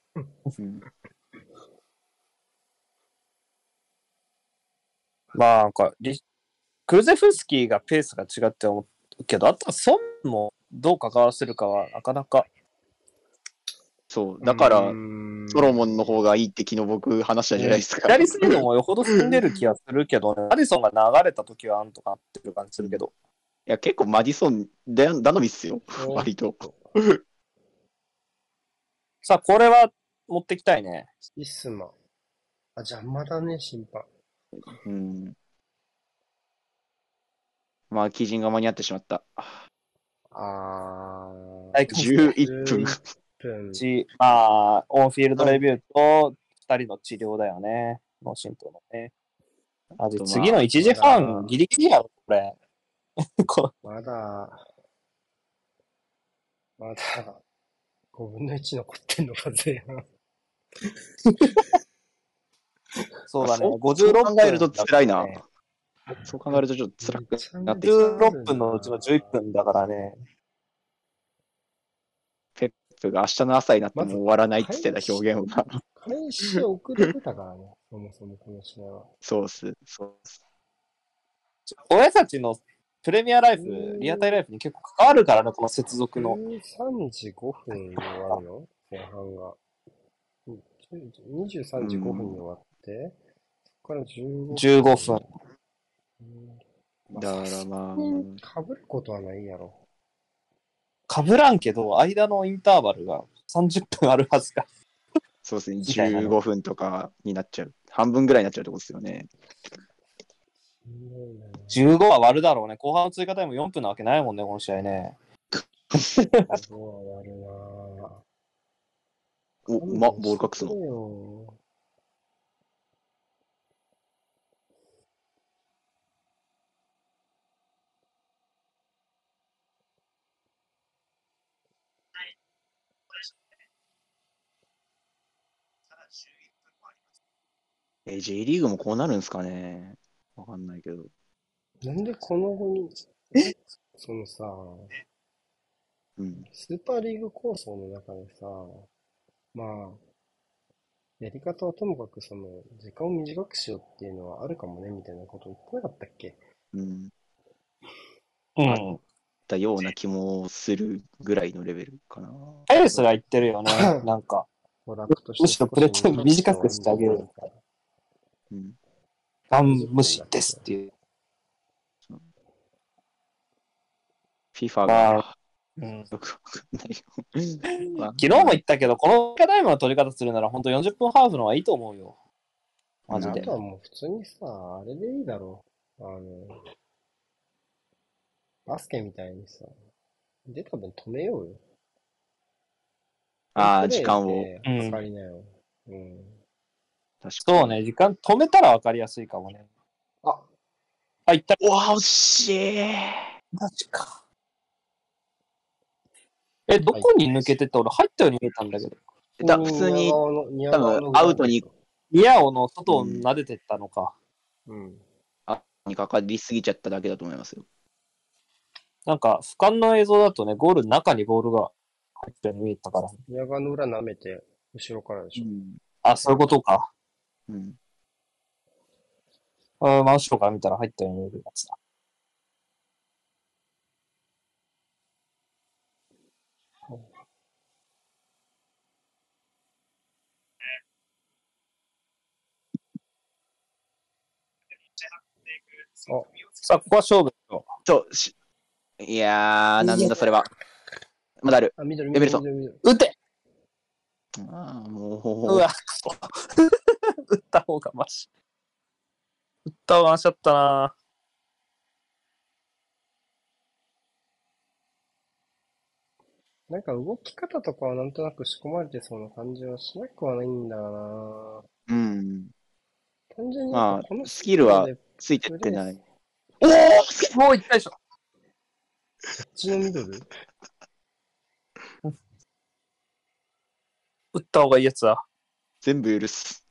まあなんか、クルゼフスキーがペースが違って思うけど、あとはソンもどう関わらせるかはなかなか。 そう。だから、ソロモンの方がいいって昨日僕話したじゃないですか。 左サイドもよほど進んでる気がするけどね。マディソンが流れた時はなんとかなってる感じするけど。 いや、結構マディソン頼みっすよ。割と。 さあ、これは持ってきたいね。 イスマ。邪魔だね、審判。 まあ、基準が間に合ってしまった。11分。 まあ、オンフィールドレビューと2人の治療だよね。脳震盪のね。次の1時半、ギリギリやろ、これ。 まだ、5分の1残ってんのか、前半。 そうだね、 56分。考えると辛いな。そう考えるとちょっと辛くなってきた。 16分のうちの11分だからね。 ペップが明日の朝になってもまず終わらないって言ってた表現は。 開始遅れてたからね、そもそもこの試合は。 そうっす。そうっす。 親たちのプレミアライフ、リアタイライフに結構関わるからね、この接続の。 13時5分に終わるよ、前半が。23時5分に終わって、そこから15 15分。 だからまあ、 かぶることはないやろ。 かぶらんけど、間のインターバルが30分あるはずか。 そうですね、 みたいなね 15分とかになっちゃう。半分ぐらいになっちゃうってことですよね。 15は割るだろうね。後半の追加タイム4分なわけないもんね、この試合ね。 15は悪いなぁ。 ボール隠すの。 の。 J リーグもこうなるんですかね。わかんないけど。 なんでこの後に、そのさ、 うん。 スーパーリーグ構想の中でさ、まあ、やり方はともかくその、時間を短くしようっていうのはあるかもね、みたいなこと言ってなかったっけ？ うん。 うん。 たような気もするぐらいのレベルかな。 ハイルスが言ってるよね。なんか、 娯楽としてむしろプレータイム短くしてあげる。 うん。 ガン無視ですっていう。 FIFA まが、 うん、 よくわかんないよ。 昨日も言ったけど、このタイムの取り方するなら本当40分ハーフの方がいいと思うよ。マジであと。はもう普通にさ、あれでいいだろう。バスケみたいにさ、で多分止めようよ。 ああ、 プレイ時間を。 で測りなよ。うん。 確かに。 そうね、時間止めたら分かりやすいかもね。 あ、 あ、行った。 うわ、惜しい。 マジか。どこに抜けてって俺入ったように見えたんだけど。 普通に、 多多分アウトに、 ニアオの外を撫でてったのか。 うん。 にかかりすぎちゃっただけだと思いますよ。 なんか、俯瞰の映像だとね、ゴールの中にボールが入ったように見えたから。 宮川の裏舐めて、後ろからでしょ。 あ、そういうことか。 うん。 真後ろから見たら入ったように見えるやつだ。さあ、ここは勝負よ。 いやー、なんだそれは。まだある。 あ、緑、 エベルソン。 撃てああ、もうわ、くそ。撃った方がマシ。撃った方がマシだったな。 なんか動き方とかはなんとなく仕込まれてそうな感じはしなくはないんだようん。 な。単純にまあこのスキルはでついてってない。 おおもう一回でしょ。 こっちのミドル撃った方がいいやつだ。 全部許す。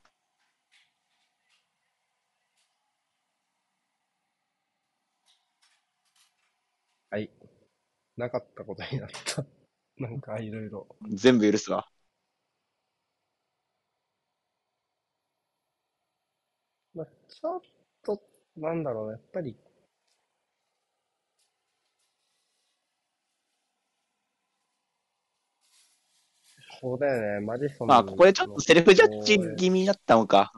はい。なかったことになった。なんかいろいろ。 全部許すわ。 まあ、ちょっと、なんだろうな、やっぱり、そうだよね、マディソンまあ、ここでちょっとセルフジャッジ気味だったのか。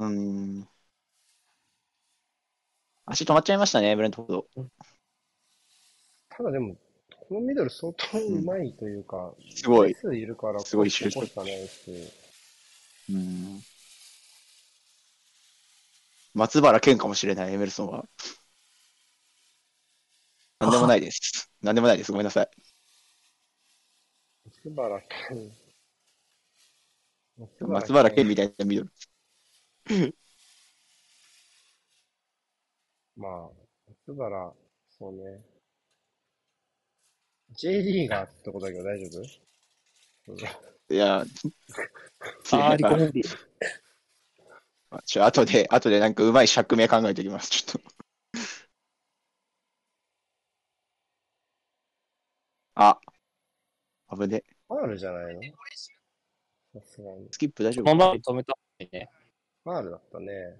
足止まっちゃいましたね、ブレントフォード。 ただでも、このミドル相当うまいというか、 すごい。 数いるから、 すごいここしかないし。 松原健かもしれない、エメルソンは。なんでもないです。なんでもないです。ごめんなさい。松原健みたいなミドル。 まあ、松原、そうね。J リーガーってことだけど大丈夫？ いや、 リコメディ。 後でなんかうまい釈明考えておきます。ちょっと。 危ね。 ファールじゃないの？さすがに。 スキップ大丈夫そのか前に止めたのにね。 ファールだったね。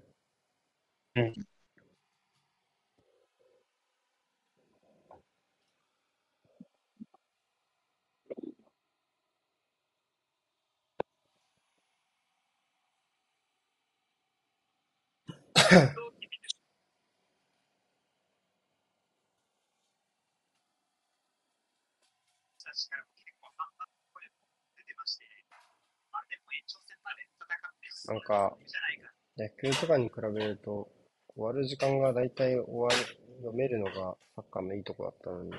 なんか、野球とかに比べると、終わる時間がだいたい読めるのがサッカーのいいとこだったのに、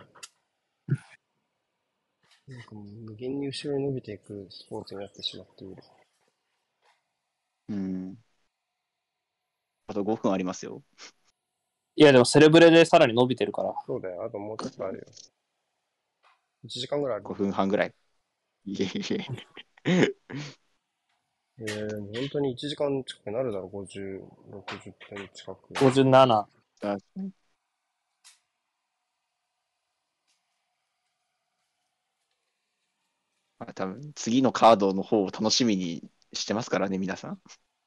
なんかもう無限に後ろに伸びていくスポーツになってしまっている。 うん。あと5分ありますよ。 いや、でもセレブレでさらに伸びてるから。 そうだよ、あともうちょっとあるよ。1時間ぐらいある。 5分半ぐらい。いえいえ。 本当に1時間近くなるだろ、50、60分近く。 57。 あ多分次のカードの方を楽しみにしてますからね、皆さん。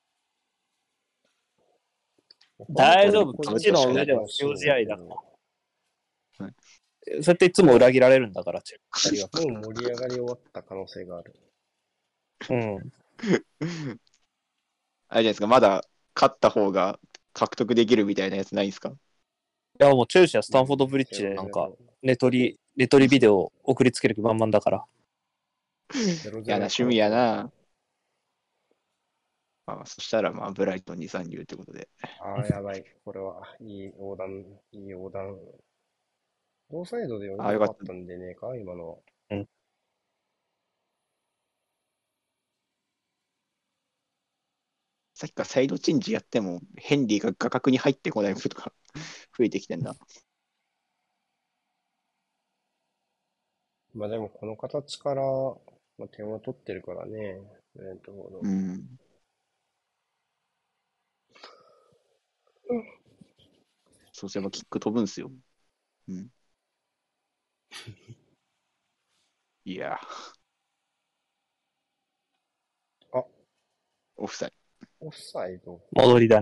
大丈夫。 個人ピッチの上では楽しいん強試合だかけどら。そうやっていつも裏切られるんだから、二人は。 もう盛り上がり終わった可能性がある。 うん。 あれじゃないですか、まだ勝った方が獲得できるみたいなやつないんですか？ いや、もうチェルシーはスタンフォードブリッジでなんか、ネトリビデオ送りつける気満々だから。 嫌な趣味やな。まあ、そしたら、まあ、ブライトンに残留ということで。 ああ、やばい。これは、いい横断、いい横断。両サイドでよああ、よかった。 かったんでねえか、今のは。 さっきからサイドチェンジやっても、ヘンリーが画角に入ってこないことが増えてきてんな。 まあでも、この形から、まあ、点を取ってるからね。ブレントフォード。 うん。そうすればキック飛ぶんすよ。うん。いやあ、 オフサイオフサイド。 戻りだね。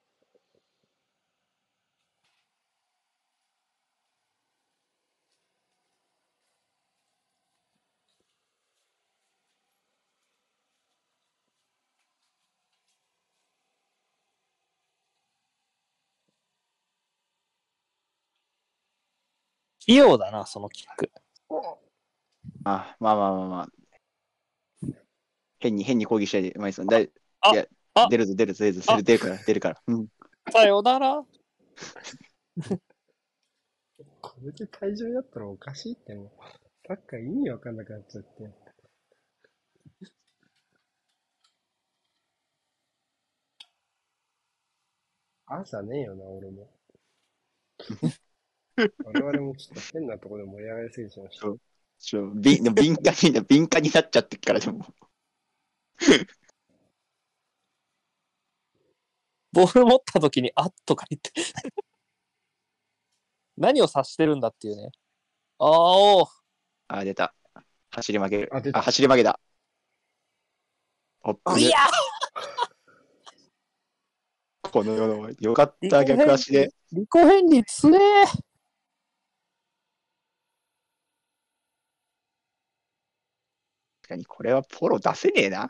器用だな、そのキック。 あ、まあまあまあまあ。変に攻撃しないで、マイソン。いあや、 あ出るぞ、出るぞ、出るぞ、出るから、出るから。うん。 さよなら。 これで退場やったらおかしいってもう。サッカー意味わかんなくなっちゃって。朝ねえよな、俺も。我々もちょっと変なところで盛り上がりすぎちゃいました。 敏感になっちゃってっから、でも。 ボール持った時に、あっとか言って。何を指してるんだっていうね。 あ、出た。走り負ける。 あ出た走り負けだ。 いやこの世の、よかった、逆足で。 リコヘンリーつえー。 確かに、これはポロ出せねえな。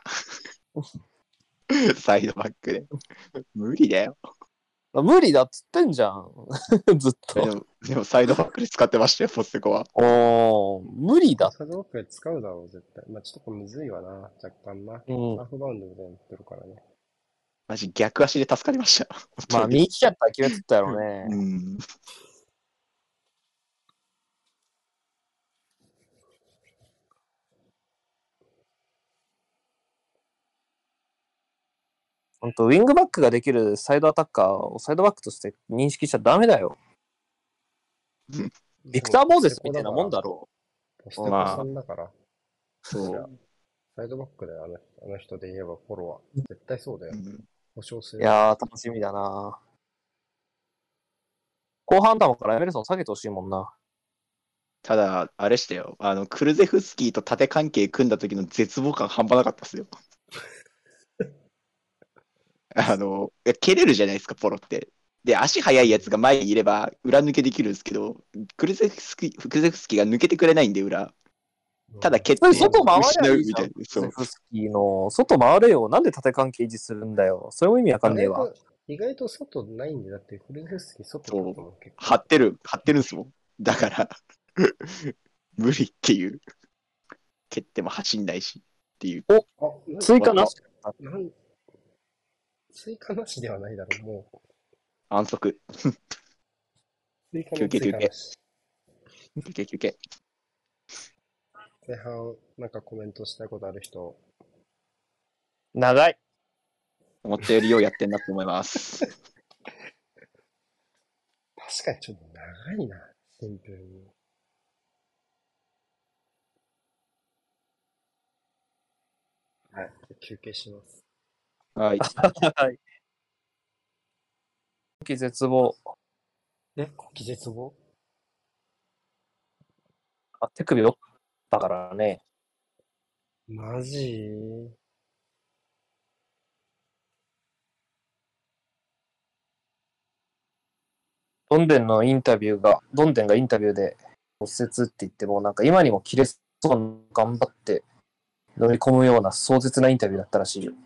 サイドバックで。無理だよ。 無理だっつってんじゃん。ずっと。 でもサイドバックで使ってましたよ、ポステコは。 無理だ。 サイドバックで使うだろう、絶対。まあちょっとこれむずいわな、若干な。ハーフバウンドみたいになってるからね。 マジ逆足で助かりました。 まあ、右利きだったら決めとったやろね。 うん。 本当ウィングバックができるサイドアタッカーをサイドバックとして認識しちゃダメだよ。ビクター・ボーゼスみたいなもんだろポステコさんだから。 そう。 サイドバックだよ、あの人で言えばフォロワー。絶対そうだよ。保証すう。 る。 いやー、楽しみだな。後半球からエメルソン下げてほしいもんな。 ただ、あれしたよ。クルゼフスキーと縦関係組んだ時の絶望感半端なかったですよ。蹴れるじゃないですか、ポロって。で、足速いやつが前にいれば裏抜けできるんですけど、クルゼフスキーが抜けてくれないんで、裏。ただ蹴ってそれ外回りゃいいじゃん。 失うみたいな。そう。 ゼフスキーの外回れよ。なんで縦関係維持するんだよ。それも意味わかんねえわ。 意外と外ないんで、だってフルゼフスキー外だそうと思う結構。 張ってるんすもん。だから無理っていう。蹴っても走んないしっていう。 あ、 追加なし。 なん追加なしではないだろう、もう。 安息。 追加の追加なし。 休憩。 前半、なんかコメントしたいことある人。 長い。 思ったよりようやってんなって思います。 確かにちょっと長いな、シンプルに。はい、休憩します。 はい。 はい。絶望。 国旗絶望？ 手首折ったからね。 マジ？ どんでんがインタビューで骨折って言っても、なんか今にも切れそうな頑張って乗り込むような壮絶なインタビューだったらしいよ。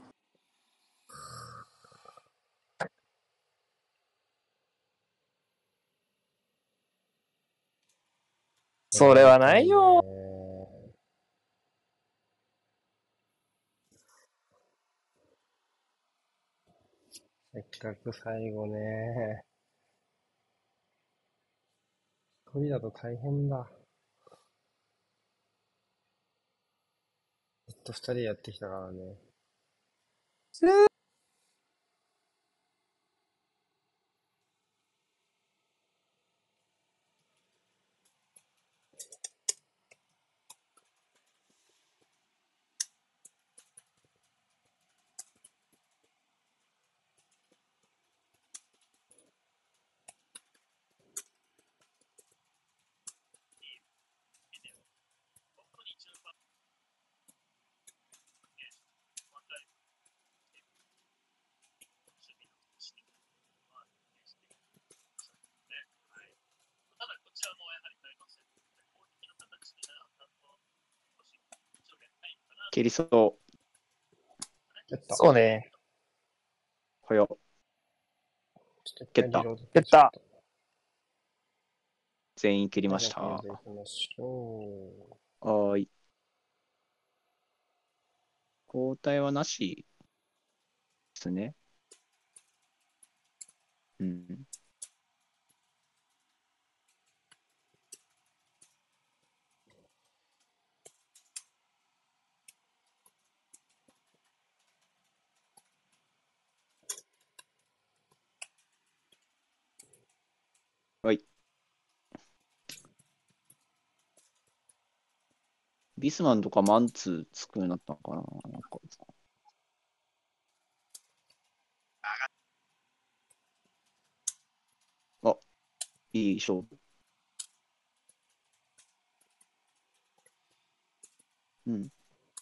それはないよ。 せっかく最後ね。一人だと大変だ。ずっと二人やってきたからね。 蹴りそう。 そうね。 ほよ。蹴った。 蹴った。 全員蹴りました。 はーい。交代はなしですね。うん。はい。ビスマンとかマンツーつくようになったのかななんか。あ、いい勝負。うん。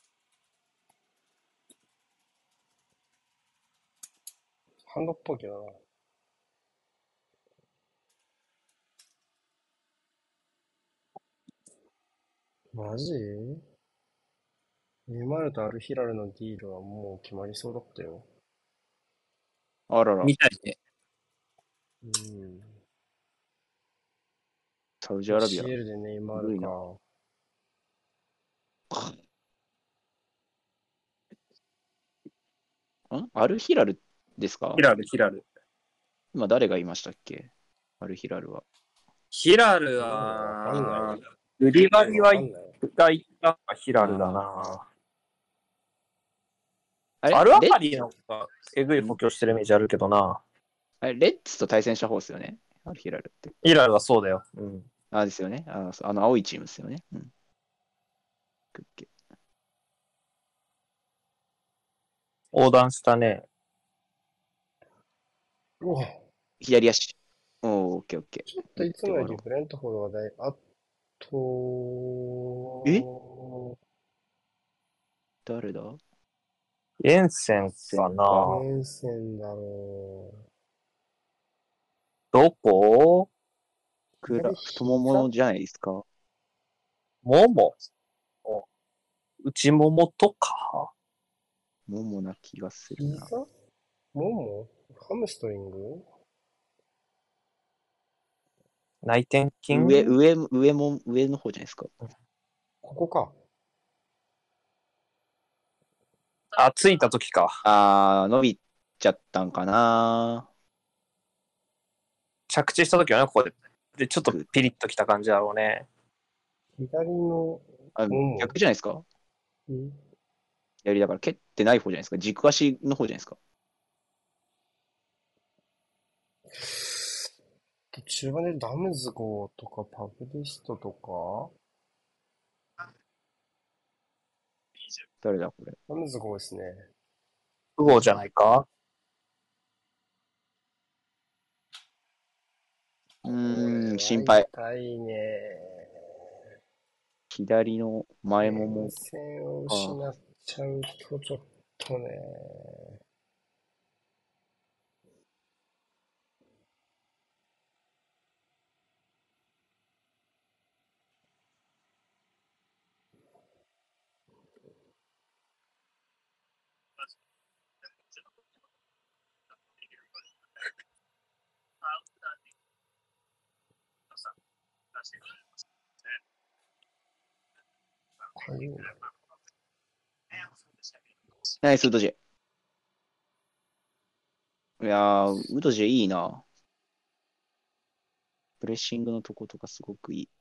ハンドっぽいけどな。マジ？ネイマールとアルヒラルのディールはもう決まりそうだったよ。 あらら。 みたいね。 うん。 サウジアラビア。 CL でネイマールか。 アルヒラルですか？ ヒラル。 今誰がいましたっけ？アルヒラルは。 ヒラルわかんはない、 ウリバリはわかんない。 一回行ったかヒラルだな。 あれアルアハリのがえぐい補強してるイメージあるけどな。 あれレッツと対戦した方ですよね。アルヒラルって。 ヒラルはそうだよ。うん。 あ、ですよね。青いチームですよね。うん。 横断したね。 うわ、 左足。オッケーオッケー。 ちょっといつもよりブレントフォードがえと、 誰だエンセンかな。 連戦だろどこ？ 太ももじゃないですか。 もも。内ももとか。 ももな気がすう。 るな。 膝ももハムストリング内転筋。 上の方じゃないですか。 ここか。 あ、ついた時か。 伸びちゃったんかな。 着地した時はね、ここで。で、ちょっとピリッときた感じだろうね。 左のあ、 もも。 逆じゃないですか。 ん左だから蹴ってない方じゃないですか。軸足の方じゃないですか。 中盤でダムズゴーとかパブリストとか誰だこれ。 ダムズゴーですね。 不合じゃないか。 心配。 痛いね。 左の前もも連。戦を失っちゃうとちょっとね。 ナイスウドジェ。いやー、ウドジェいいな。プレッシングのとことかすごくいい。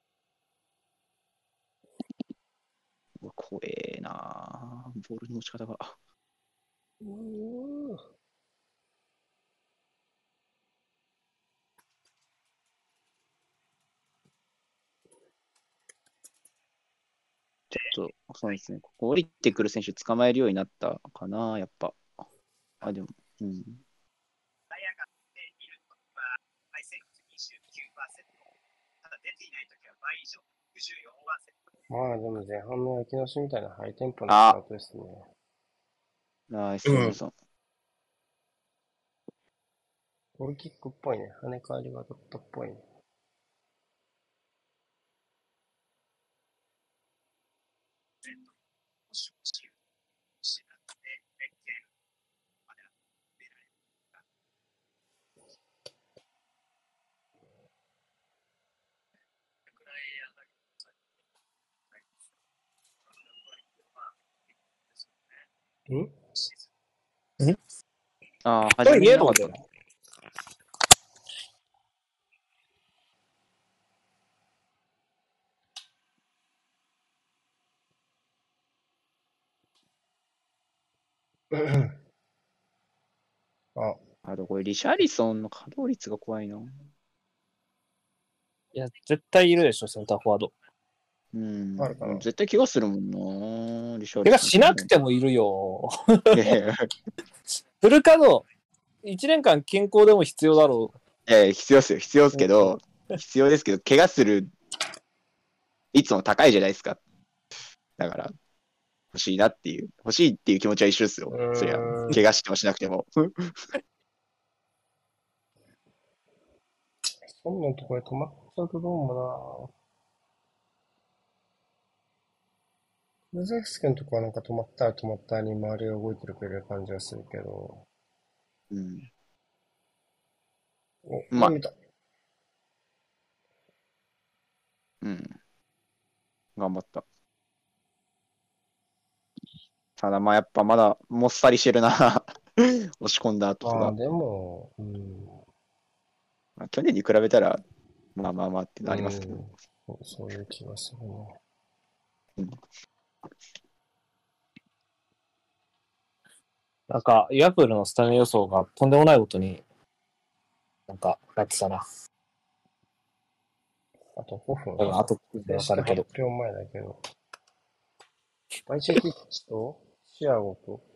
うわ怖えな。ボールの持ち方が。ちょっと、そうですね。ここ降りてくる選手捕まえるようになったかな、やっぱ。あ、でも、うん。 まあでも前半の焼き直しみたいなハイテンポのスタートですね。 ナイス、エムソン。 ゴールキックっぽいね。跳ね返りがドットっぽいね。 初めになかった。あとこれ、リシャリソンの稼働率が怖いな。 いや、絶対いるでしょ、センターフォワード。 あるかな絶対怪我するもんな、リシャリソン。 怪我しなくてもいるよ。 いやいや、 フル稼働、1年間健康でも必要だろいやいや必要ですよ。必要ですけど、怪我する率も高いじゃないですか。だから、欲しいっていう気持ちは一緒ですよ。そりゃ、怪我してもしなくても。 そんなとこで止まっちゃうとどうもな。ルゼフスキのとこはなんか止まったら止まったに周りが動いてくれる感じはするけど。 うん。 お、見た。 うん。頑張った。ただまあやっぱまだもっさりしてるな。押し込んだ後とか。 でも、 まあ、去年に比べたら、まあまあまあっていうのありますけど。 そういう気がするね。 なんか、ユアプールのスタメン予想がとんでもないことになんか、なってたな。 あと5分。 あとでわかるけど。 発表前だけど。バイチェキッチとシアゴと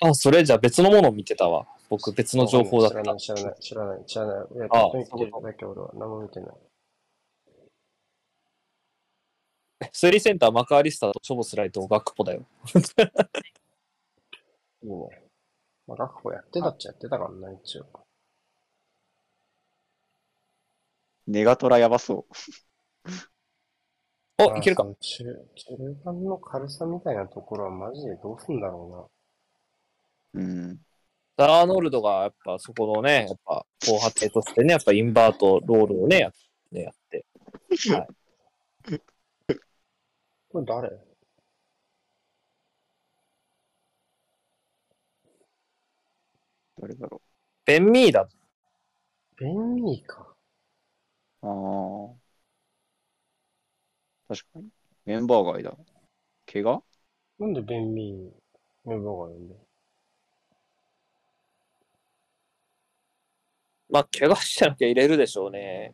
あ、それじゃあ別のものを見てたわ。僕別の情報だった。 知らない。いや、 ああ適当に言ってるだけ俺は何も見てない。 推理センターマカーリスターとショボスライトガクポだよ。 いいね。まあ、学校やってたっちゃやってたからな、一応。 ネガトラやばそお、いけるか。 その中盤の軽さみたいなところはマジでどうすんだろう。うん。 アーノルドがやっぱそこのね、やっぱ後波形としてね、やっぱインバートロールをね、やって。はい。 うな。これ誰？ 誰だろベンミーだ。 ベンミーか。 う。ああ。確かに。メンバー外だ。怪我なんでベンミーメンバーがいるんだよ。 まあ、怪我してなきゃ入れるでしょうね。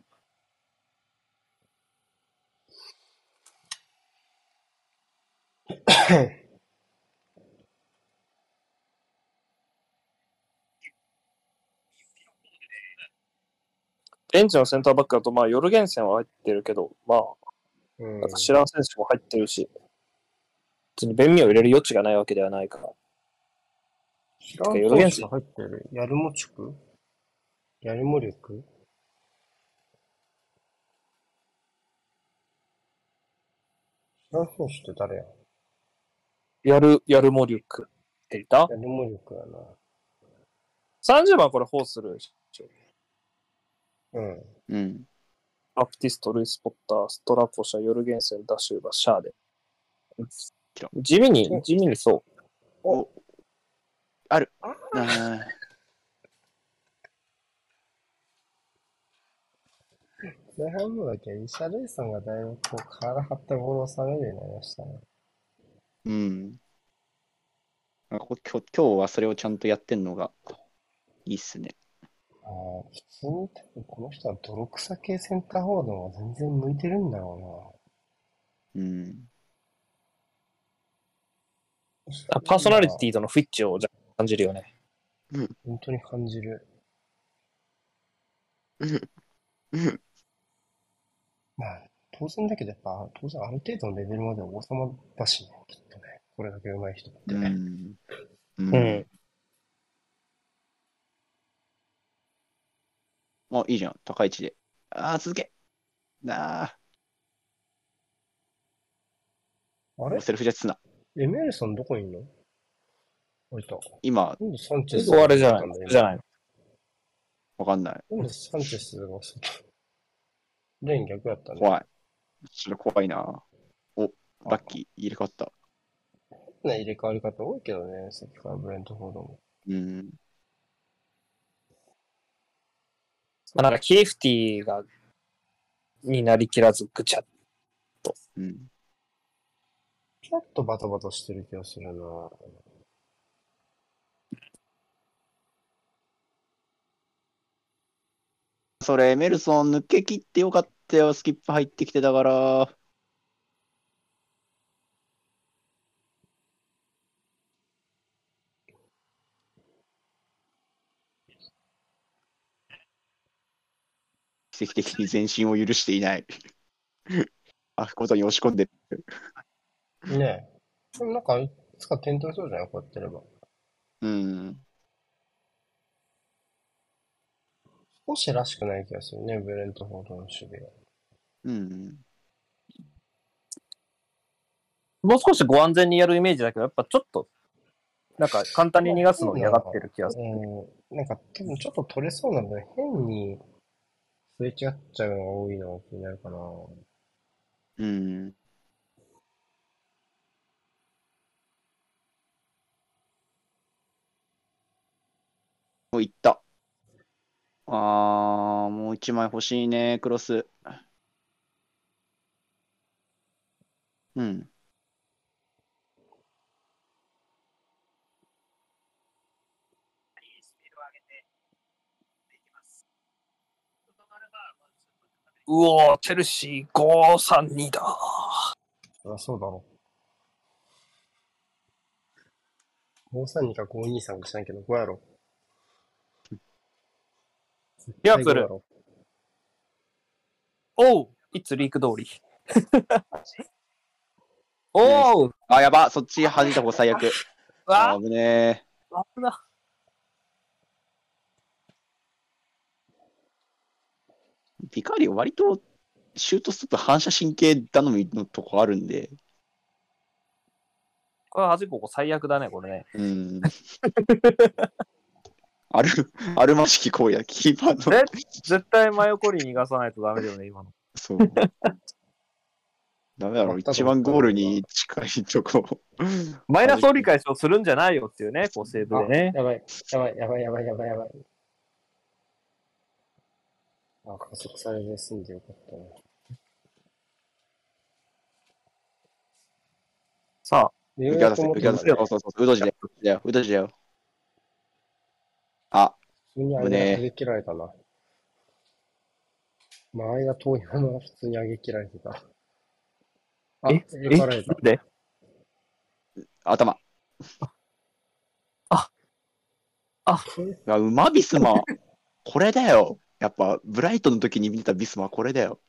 ベンチのセンターバックだと、まあ、ヨルゲンセンは入ってるけど、まあ、 うんなんか知らん選手も入ってるし、別にベンミーを入れる余地がないわけではないから。 知らん選手が入ってる。ヤルモチュクヤルモリュク知らん選手って誰や？ ヤルモリュックって言ったヤルモリュクやな。 ?30 番これホースル。 うん。 うん。 バプティスト、ルイス・ポッター、ストラコシャ、ヨルゲンセン、ダシューバ、シャーデ。地味にそう。 お、ある。あ前半のだけイシャレイさんがだいぶこう体張ってボールを収めるようになりましたね。 うん。今日はそれをちゃんとやってんのがいいっすね。 ああ、普通に多分この人は泥臭系センターフォワードの方が全然向いてるんだろうん。 うな。 パーソナリティとのフィッチを感じるよね。 本当に感じる。まあ、当然だけどやっぱ、当然ある程度のレベルまでは王様だしね、きっとね。これだけ上手い人って。 うん。 うん。 あ、いいじゃん。高い位置で。ああ、続け。 あれセルフジャッジすな。 エメルソンどこにいんの？いた。 今、 なんでサンチェスあれじゃないんだよじゃないの。 わかんない。 なんでサンチェスが外？レーン逆やったね。 怖い。ちょっと怖いな。お、ラッキー。入れ替わった。 ね、入れ替わり方多いけどね、さっきからブレントフォードも。 うん。 なんかキーフティがになりきらずぐちゃっうん。 ちょっとバタバタしてる気がするな。 それ、メルソン抜け切ってよかったよ。スキップ入ってきてたから。奇跡的に前進を許していない。あ、ことに押し込んでる。 ねえ。でもなんか、いつか点取れそうじゃないこうやってれば。 うん。 少しらしくない気がするね、ブレントフォードの守備が。 うん。 もう少しご安全にやるイメージだけど、やっぱちょっと、なんか簡単に逃がすのを嫌がってる気がする。 なんか多分ちょっと取れそうな分、変にすれ違っちゃうのが多いのが気になるかな。 うん。お、いった。もう一枚欲しいね、クロス。うん。 うおー、チェルシー5-3-2だ。 そりゃそうだろ 532か523か知らんけど、5やろ。 ヤプル最後やろ。 おういつリーク通り。おうあ、やば、そっち弾いた方最悪。 わ危ねあ危な。 え。ピカリオ割とシュートストップ反射神経頼みのとこあるんで。 これ端っこ最悪だね、これね。 うん。あるましき行為だ、キーパーの。 絶対真横に逃がさないとダメだよね、今の。 そう。ダメだろ、一番ゴールに近いとこ。 マイナス折り返しをするんじゃないよっていうね、こうセーブでね。 やばい、やばい、やばい、やばい、やばい、やばい。あ、加速されて済んでよかったね。 さあ、 よう受け渡せ、 やく思った受け渡せ。そうそうそう、うどじだよ。うどじだよ。あ、 普通に上げ切られたな。間合いが遠いまま普通に上げ切られてた。あ、 え描かられた。 で頭。 あ、 うまビスマ。これだよ。やっぱ、ブライトの時に見てたビスマはこれだよ。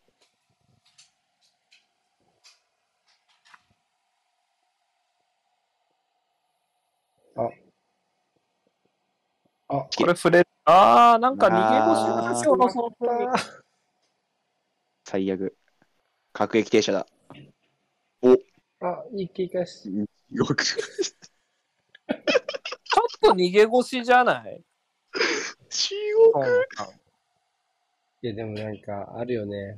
あ、 これ触れる。なんか逃げ腰のあー後ろのその風に。 最悪。各駅停車だ。 あ、いい切り返し。 よく。 ちょっと逃げ腰じゃない中いや、でもなんか、あるよね。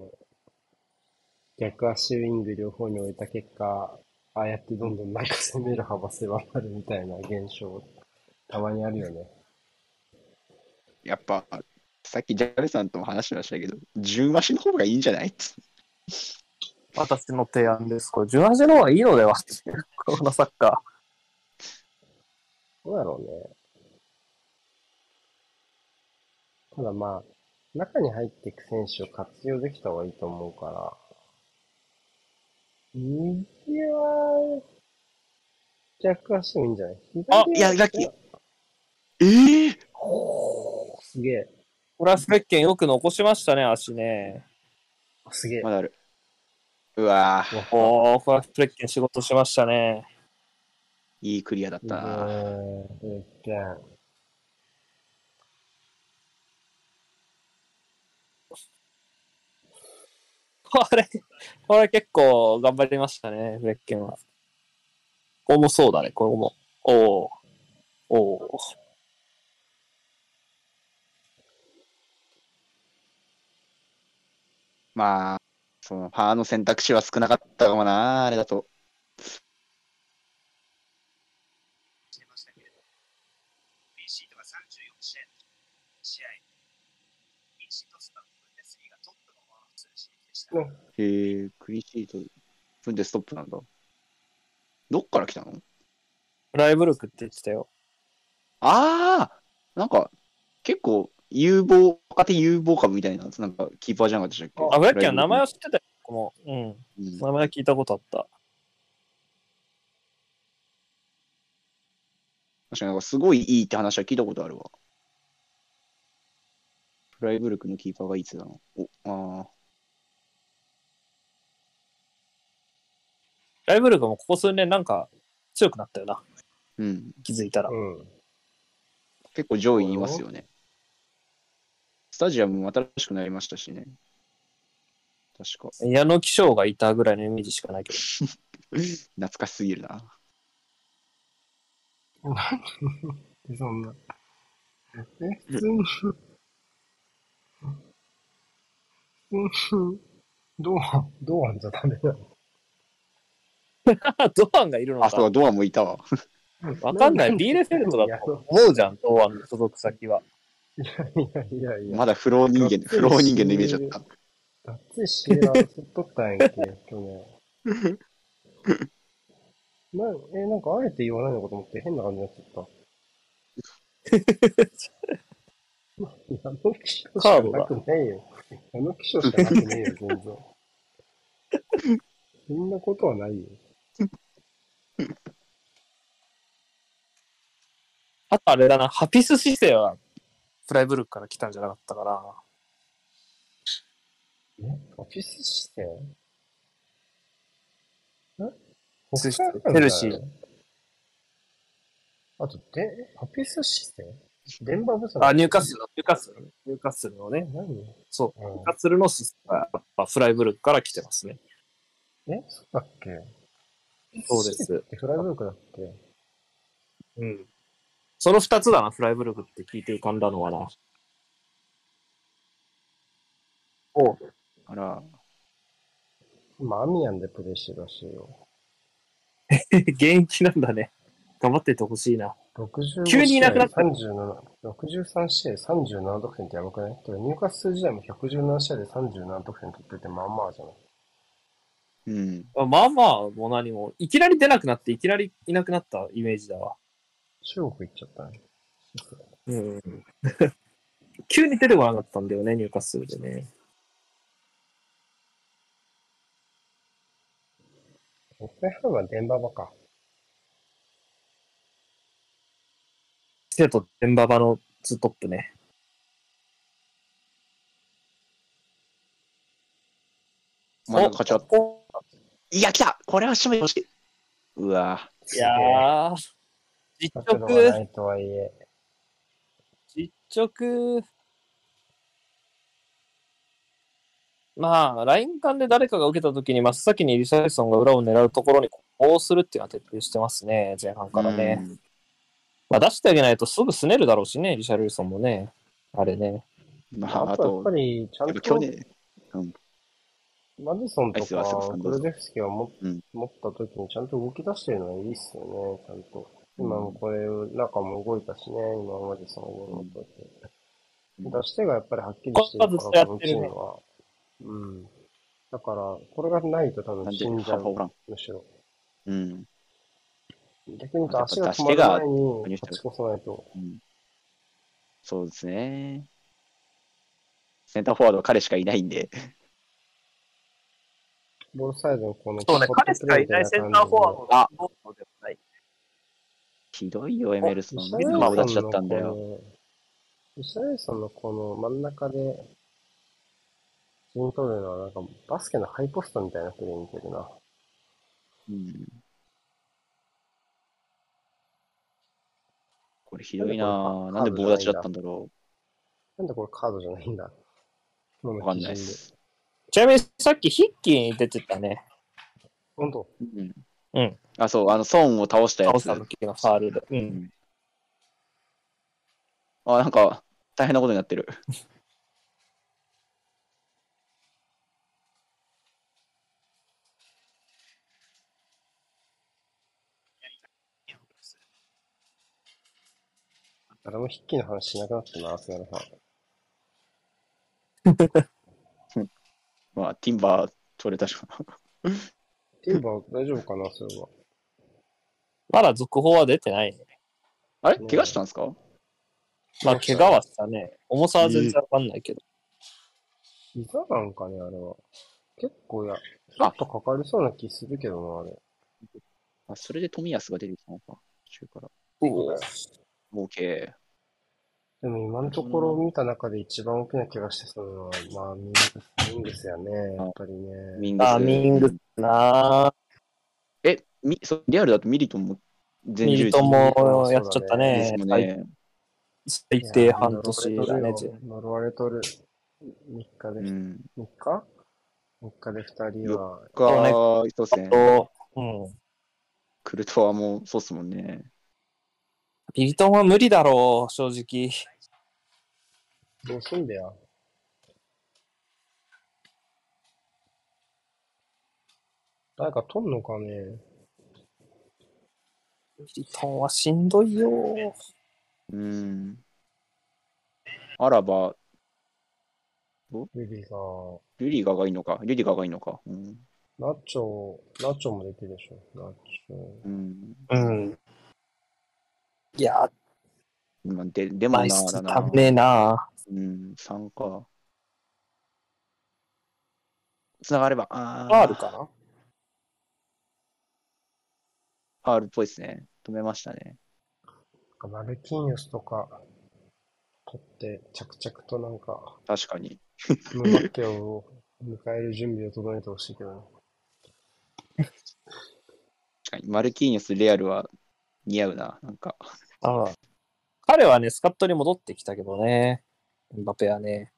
逆足ウィング両方に置いた結果、ああやってどんどんなんか攻める幅狭まるみたいな現象、たまにあるよね。 やっぱ、さっきジャレさんとも話しましたけど、順足の方がいいんじゃない私の提案です。これ、18の方がいいのではっていう、このサッカどうだろうね。ただまあ、中に入っていく選手を活用できた方がいいと思うから、右は、逆足もいいんじゃない？ あ、 左いや、ラッキー。 すげえ。 ー。これはフレッケンよく残しましたね、足ね。 すげえ。 まだある。うわぁ、 これはフレッケン仕事しましたね。 いいクリアだったな。 これ結構頑張りましたね、フレッケンは。これもそうだね、これも。おお。 まあ、その、ファーの選択肢は少なかったかもな、あれだと。へえ、クリーンシート、分でストップなんだ。どっから来たの？ フライブルクって言ってたよ。 ああ、なんか、結構、若手有望株みたいな、なんか、キーパーじゃなかったでしたっけ？ フレッケンの名前は知ってたよ、この。うん。 うん名前は聞いたことあった。 確かになんかすごいいいって話は聞いたことあるわ。フライブルクのキーパーがいつだの？ フライブルクもここ数年なんか強くなったよな。 うん。 気づいたら。 うん。 結構上位にいますよね。スタジアムも新しくなりましたしね。確か。 矢野気象がいたぐらいのイメージしかないけど。 懐かしすぎるな。 そんな。普通に、堂安じゃダメなの？ ドアンがいるのあ、そうか。 だ、ドアもいたわ。 わかんない。ビーレフェルトだと思うじゃん、ドアンの所属先は。 いやいや。 まだフロー人間のイメージだった。 がっつりシーラー取ったんやんけ、去年。なんかあえて言わないのかと思って変な感じになっちゃった。矢野気象しかなくないよ。矢野気象しかなくねえよ、全然。そんなことはないよ。 あとあれだな、ハピス姿勢はフライブルクから来たんじゃなかったかな。 オフィス姿勢チ北ェルシー。 あと、オフィス姿勢電波不足。 ニューカッスルのね。 何そう、ニューカッスルの姿勢がやっぱフライブルクから来てますね。 そうだっけそうです。 フライブルクだっけうん。その二つだな、フライブルクって聞いて浮かんだのはな。おあら、 今、アミヤンでプレイしてるらしいよ。 現役なんだね。頑張っててほしいな。 65 急にいなくなった 37、63試合37得点ってやばくない？てか入荷数時代も117試合で37得点取っててまあまあじゃない。 うん。 まあまあ、もう何も。いきなり出なくなって、いきなりいなくなったイメージだわ。 中国行っちゃったね。 うん。急に出てこなかったんだよね、入荷数でね。 オッペンハイマー電波場か。 生徒電馬場のツートップね。 まだ勝ち合った。いや、来たこれは締めてほしい。うわいやー、実角度がな直、 いとはいえ。 実直。まあ、ライン間で誰かが受けたときに真っ先にリシャルソンが裏を狙うところにこうするっていうのは徹底してますね、前半からね。まあ出してあげないとすぐ拗ねるだろうしね、リシャルソンもね。あれね。 まあ、あとあとやっぱ、りちゃんと去年、 マディソンとアイスはそうかかクルデフスキが持うんった時にちゃんと動き出してるのはいいっすよね、ちゃんと。今もこれ、中も動いたしね、今マディソンが動いて。出し手がやっぱりはっきりしてるから、このチームは。うん。だから、これがないと多分死んじゃう。むしろ。 うん。 逆に言うと足が止まる前に勝ち越さないと。 そうですね。センターフォワードは彼しかいないんで。 ボールサイドのこのそうね、彼しかいないセンターフォワードがどうのでもない。 ひどいよ、エメルソン。 リマウダチだったんだよ。 リシャルソンのこの真ん中で陣取るのはなんかバスケのハイポストみたいなプレーに似てるな。 これひどいなぁ。なんで棒立ちだったんだろう。なんでこれカードじゃないんだ。 わかんないです。 ちなみにさっきヒッキーに出てたね。 本当？ うん。 あ、そう、ソンを倒したやつ。 倒した時のファールで。うん。 あ、なんか、大変なことになってる。 誰も筆記の話しなくなったな、菅原さん。 まあ、ティンバー取れたしかな。 ティンバー大丈夫かな、それは。 まだ続報は出てないね。 あれ怪我したんですか？ まあ、怪我はしたね。重さは全然わかんないけど。 膝なんかね、あれは。結構ちょっとかかりそうな気するけどな、あれ。 あ、それで富安が出てきたのか。中から。OK。 でも今のところ見た中で一番大きな怪我してそうなのは、まあ、ミングスやね、やっぱりね。 ミングス。 ミングスなリアルだとミリトンもミリトンもやっちゃったね。最低半年だね。 呪われとる。3日で、3日 ?3 日で2人は。 そうですね。クルトワもそうっすもんね。 ミリトンは無理だろう、正直。 どうすんだよ。誰か取んのかね。 ミリトンはしんどいよ。 あらば、 ルリガがいいのか。 ナチョもできるでしょ。ナチョ。 いや、 でもな、だな。 足んねえな。 3か。つながれば。 ファールかな？ ファールっぽいですね。止めましたね。 マルキーニョスとか取って着々と確かに。 ムバッケを迎える準備を整えてほしいけどね。 確かに。マルキーニョス、レアルは似合うな。 ああ彼はね、スカットに戻ってきたけどね。エムバペはね。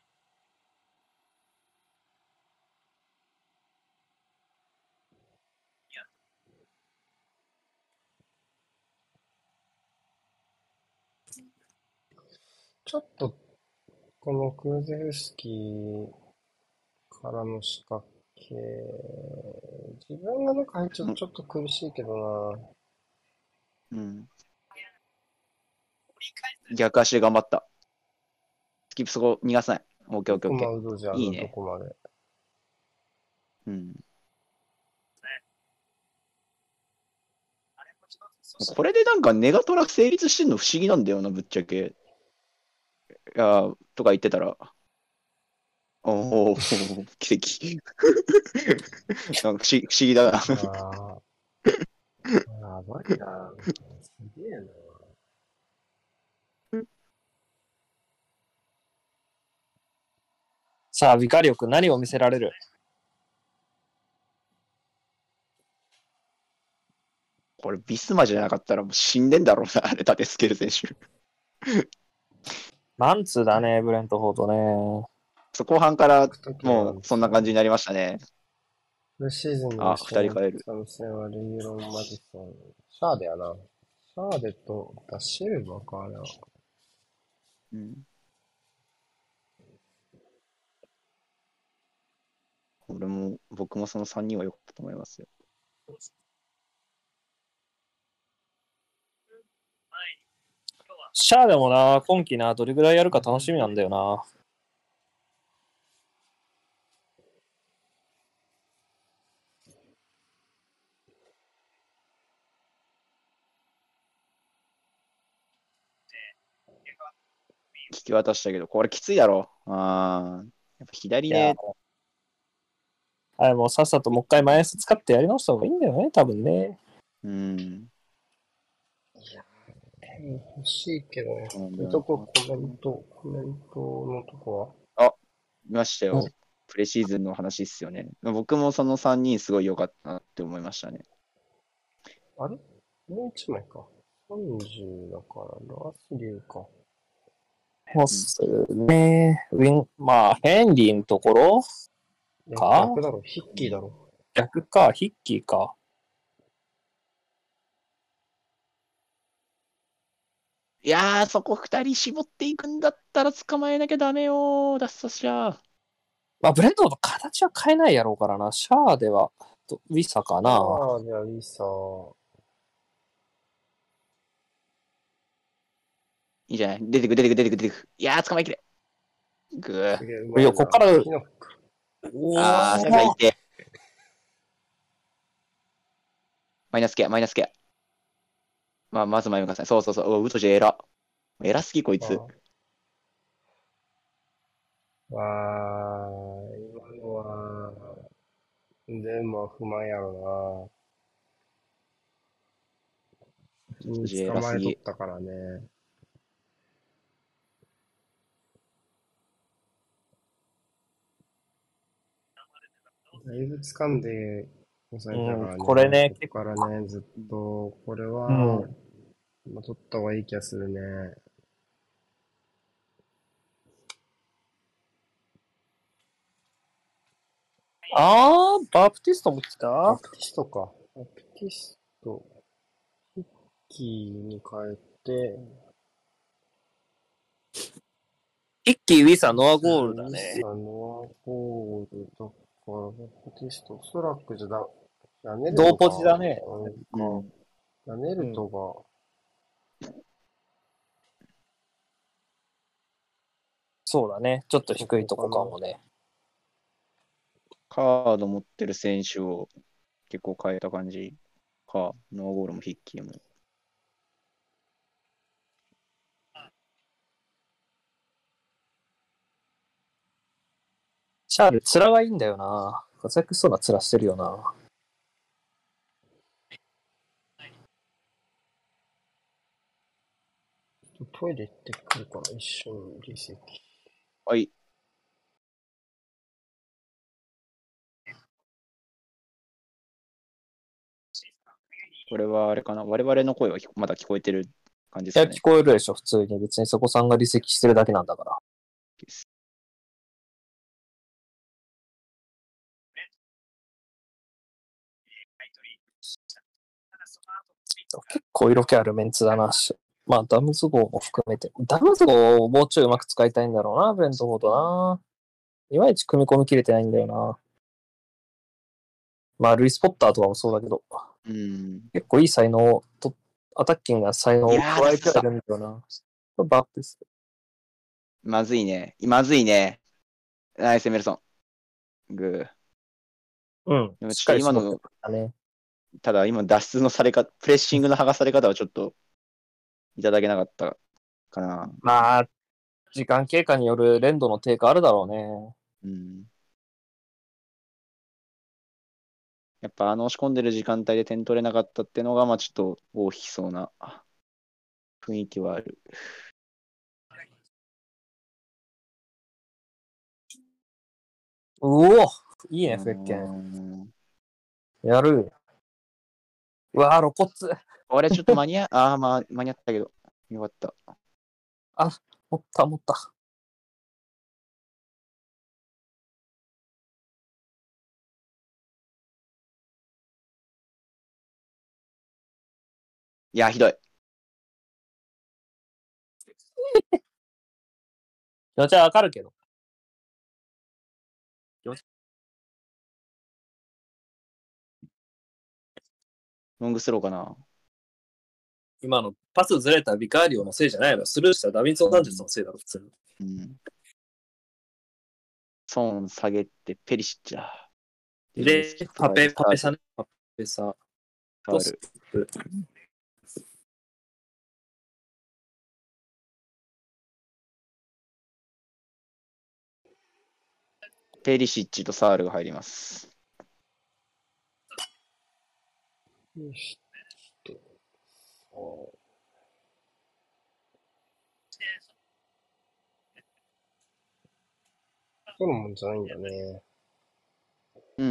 ちょっと、このクルゼフスキーからの仕掛け、自分が入っちゃうとちょっと苦しいけどな。 うん。逆足で頑張った。スキップそこ逃がさない。オッケーオッケーオッケどこまでじゃあいいねどこまで。 ー。うん。これでネガトラ成立してんの不思議なんだよな、ぶっちゃけ。いやー、とか言ってたら。おお、奇跡。不思議だな。 ああ、やばいな。すげえな。 さあ、ビカリオ君何を見せられる？ これビスマじゃなかったらもう死んでんだろうな、あれ、タテスケル選手。 マンツーだね、ブレントフォードね。 後半からもうそんな感じになりましたね。 フルシーズンにあ、 して 2人変える。 参戦はレイロン・マジソン。シャーデやな。シャーデとダシルバか、あれは。 うん。僕もその3人は良かったと思いますよ。 シャアでもな、今季な、どれぐらいやるか楽しみなんだよな。 引き渡したけど、これきついだろ。やっぱ左いやね。、 あれもうさっさともう一回マイナス使ってやり直した方がいいんだよね、多分ね。 うん。 欲しいけどね。 そうなんだよな見とこコメントのとこ見ましたよ。プレシーズンの話っすよね。僕もその3人すごい良かったなって思いましたね。 はあれもう一枚か。30だから、ラスリューか。 そうっすね。まあ、ヘンリーのところいやか逆だろ、ヒッキーだろ。 逆か、ヒッキーか。 いやー、そこ2人絞っていくんだったら捕まえなきゃダメよー、ダッサシャー。 まあ、ブレンドの形は変えないやろうからな。シャアでは、ウィサかな。 ああ、じゃあいいさ。 いいじゃない。出てく。いやー、捕まえきれ。ぐー。 すげえうまいな。 いや、こっから、 キノあー、下いて。マイナスケ。まず前向かせない。そう。ウトジェ偉。偉すぎ、こいつ。 わー、今のは、でも不満やろな。 ウトジェ捕偉すぎ。 まえとったからね。だいぶ掴んで抑えたからね。 これね、 ここからね、ずっと、これは、まあ、取った方がいい気がするね。 バプティストも来た。 バプティストか。バプティスト、ヒッキーに変えて、 ヒッキー、ウィサ、ノアゴールだね。 ノアゴールだから、バプティスト、おそらくじゃだ、ヤネル同トポジだね。 ヤネルトが、 そうだね。ちょっと低いとこかもね。 カード持ってる選手を結構変えた感じか。ノーゴールもヒッキーも。 シャール、面がいいんだよな。活躍しそうな面してるよな。 トイレ行ってくるから一緒に離席。 はい。これはあれかな、我々の声はまだ聞こえてる感じでいや、 すかね。 聞こえるでしょ、普通に。別にそこさんが離席してるだけなんだから。結構色気あるメンツだな。まあ、ダムズ号も含めて。ダムズ号をもうちょいうまく使いたいんだろうな、ブレントフォードな。いまいち組み込みきれてないんだよな。まあ、ルイス・ポッターとかもそうだけど、 うん。 結構いい才能と、アタッキングな才能をいやー加えてはいるんだよな。バックです。 まずいね。まずいね。ナイスエメルソン。グうん。 ー。でもしっかり今の、 絞ってたね。 ただ今脱出のされ方、プレッシングの剥がされ方はちょっといただけなかったかな。 まあ、時間経過による連動の低下あるだろうね。 うん。やっぱ押し込んでる時間帯で点取れなかったっていうのが、まあちょっと大きそうな雰囲気はある。 うおいいね、 うフェッケン。 ん。 やる。うわ露骨。 あれちょっとまあ間に合ったけど、よかった。 あ、持った持った。 いや、ひどい。 気持ちはわかるけど。 ロングスローかな。 今のパスずれたビカーリオのせいじゃないの。スルーしたダビンソン・サンチェスのせいだろ、普通に。 うん。ソン下げてペリシッチだ。 で、パペサね。パペサ。 ファウル。ペリシッチとサールが入ります。 よしと。そういうもんじゃないんだね。 うん。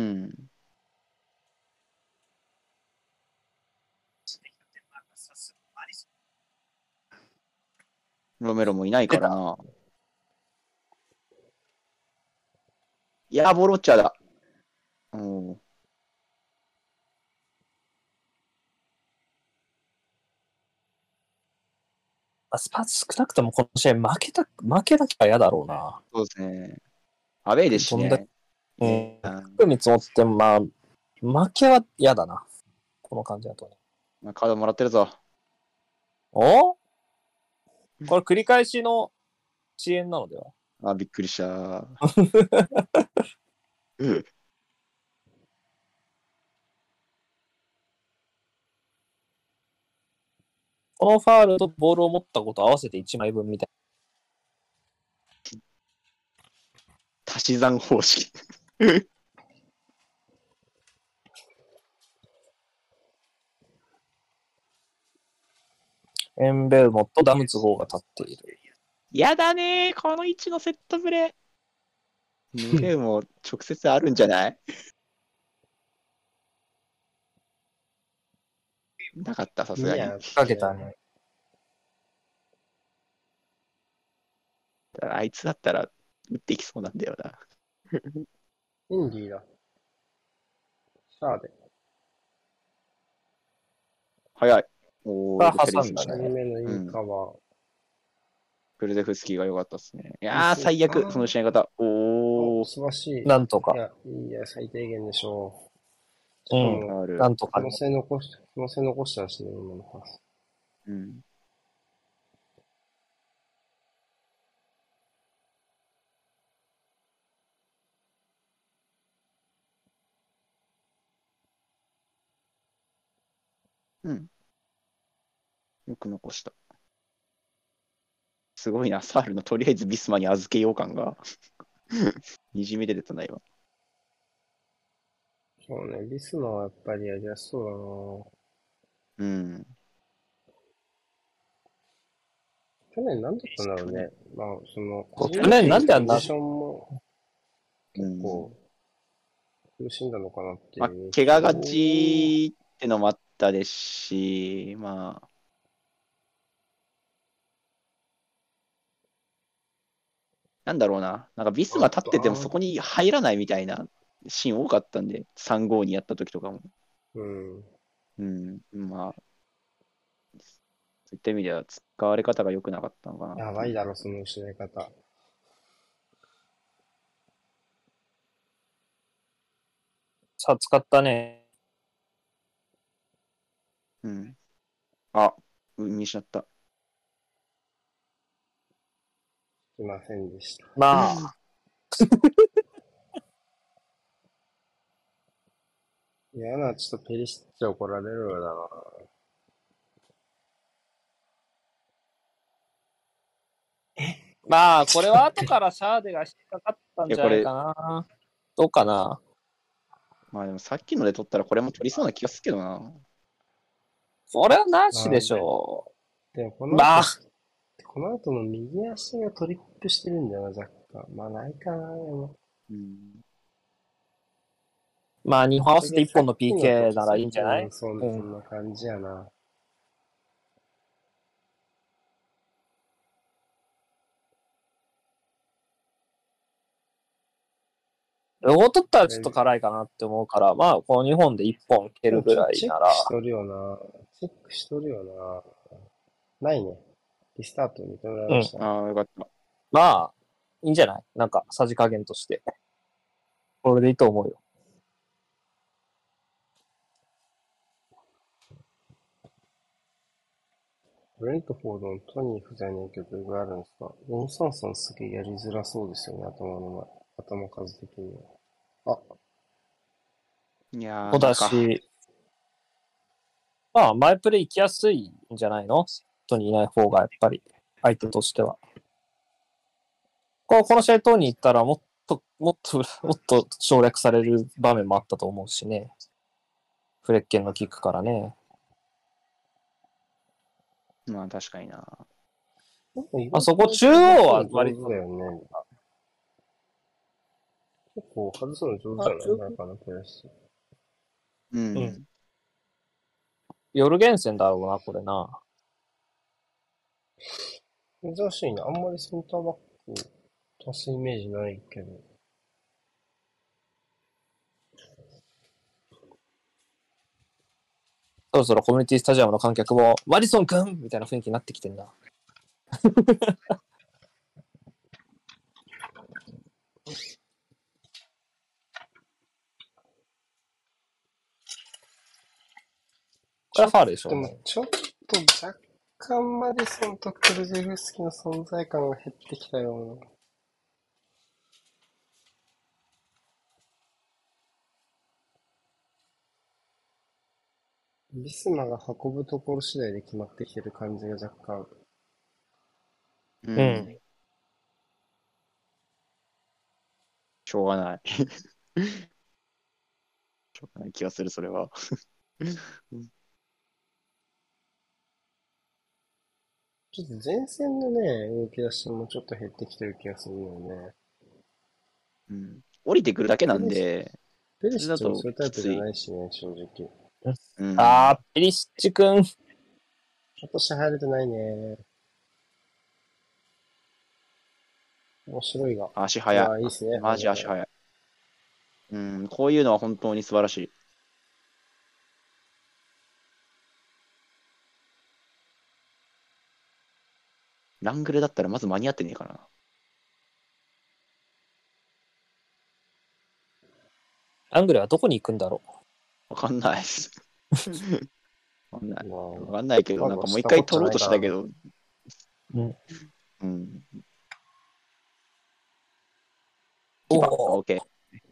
ロメロもいないからな。いや、ボロッチャーだ。うん。 スパーツ少なくともこの試合負けだけは嫌だろうな。 そうですね。アウェーですしどんだね。 け、低見積もっても、まあ、負けは嫌だな。この感じだとね。 まあ、カードもらってるぞ。 おこれ繰り返しの遅延なのでは。 あ、びっくりした。 このファールとボールを持ったことを合わせて1枚分みたい足し算方式。 な。エンベルモとダムツ号が立っている。 やだねー、この位置のセットプレー。ムレウも直接あるんじゃないなかった、さすがに。 かけたね。 あいつだったら打っていきそうなんだよな。 インディーだ。シャーで。 早い。おー、 挟んだね 2人目のインカは、 クルゼフスキーが良かったですね。いやー、最悪、その試合方。おー、 素晴らしい。 なんとか。 いや、最低限でしょう。しうかん。 も、 なんとかね。 可能性残したしね、今のパス。 うん。うん。よく残した。すごいな、サールのとりあえずビスマに預けよう感がにじみ出てたな、今。 そうね、ビスマはやっぱりやりやすそううん。 だな。 去年何だったんだろうね。まあ、その、 去年なんであんなポジションもうんこう、苦しんだのかなってまあいう。 怪我がちってのもあったですし、まあ、なんだろうな。なんかビスマ立っててもそこに入らないみたいなシーン多かったんで、3-5にやった時とかも。 うん。 うん、まあ、そういった意味では使われ方が良くなかったのかなっていう。 やばいだろ、その失い方。 さあ、使ったね。 うん。あ、見失った。 すいませんでした。 まあ、 嫌な、ちょっとペリシッチ怒られるよな。 まあ、これは後からシャーデが引っかかったんじゃないかな。どうかな。 まあでもさっきので取ったらこれも取りそうな気がするけどな。 これはなしでしょでもう。まあ、 この後の右足がトリップしてるんだよな、若干。まあ、ないかな、でも。 うん。 まあ、2本合わせて1本の PK ならいいんじゃない？ うん、そんな感じやな。 両方取ったらちょっと辛いかなって思うから、まあ、この2本で1本蹴るぐらいチェなら。 ックしとるよな。チェックしとるよな。ないね。リスタート認められました。 ああ、よかった。 まあ、いいんじゃない？なんか、さじ加減として。これでいいと思うよ。 ブレントフォードのトニー不在の影響どれぐらいあるんですか？ヨンソンソンすげえやりづらそうですよね、頭数的には。あ、 いやー、 そうだし、まあ、前プレイ行きやすいんじゃないの？トニーいない方が、やっぱり、相手としては。この試合トニー行ったら、もっと省略される場面もあったと思うしね。フレッケンのキックからね。 まあ確かにな。 あそこ中央は割と上手だよね。結構外すの上手じゃない？中のプレス。 うん。 うん夜厳選だろうな、これな。 珍しいな。あんまりセンターバック足すイメージないけど。 そろそろコミュニティスタジアムの観客も、マディソン君みたいな雰囲気になってきてんな。これはファールでしょうね。 でも、ちょっと若干マディソンとクルゼフスキの存在感が減ってきたような。ビスマが運ぶところ次第で決まってきてる感じが若干。 ううんん。 しょうがない。しょうがない気がする、それは。 ちょっと前線のね、動き出しもちょっと減ってきてる気がするよね。 うん。降りてくるだけなんで、 ペリシッチもそれだとそういうタイプじゃきつい。 ないしね、正直。 うん。 あー、ペリシッチ君。 今年入れてないね。面白いが。 足速い。 まあいいっすね。 マジ足速い。うん、こういうのは本当に素晴らしい。ラングルだったらまず間に合ってねえかな。 アングルはどこに行くんだろわかんないです。わかんない。 まあ、 わかんないけど、 まあなんかもう一回取ろうとしたけど。 う。うん。 うん。 おキーパー、 お。 オーケー。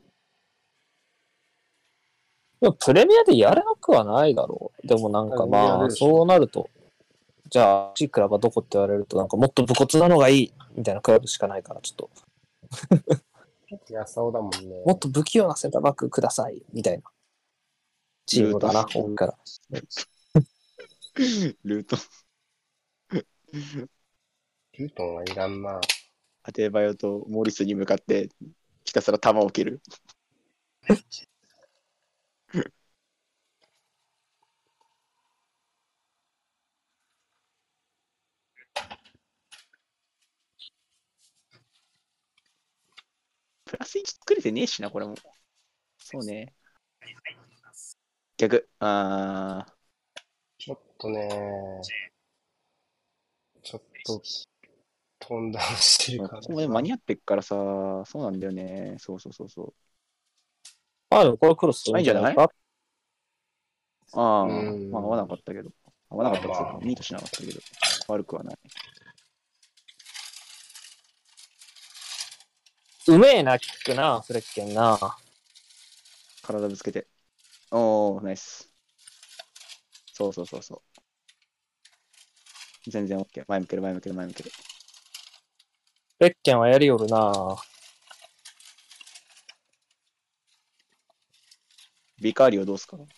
でもプレミアでやれなくはないだろう。でもなんかまあ、そうなると、じゃあ、欲しいクラブはどこって言われると、なんかもっと武骨なのがいいみたいなクラブしかないから、ちょっと、 安尾だもんね。 もっと不器用なセンターバックくださいみたいなチームだな、今から。 ルート。 ピートンはいらんな。 アデバヨとモリスに向かってひたすら球を蹴る。プラス1作れてねえしな、これも。そうね。逆。 ちょっとね、ちょっとトーンダウンしてるこ感じこまで間に合ってっからさ、そうなんだよね。そうそうそうそう。 あ、でもこれクロスいいんじゃないか。 ああ、 うんまあ合わなかったけど。合わなかったっつうか、 まあまあミートしなかったけど、悪くはない。 うめえな、キックな、フレッケンな。 体ぶつけて。おー、ナイス。そうそうそうそう。全然 OK。前向ける、前向ける、前向ける。 フレッケンはやりよるな。 ビカーリオどうすか？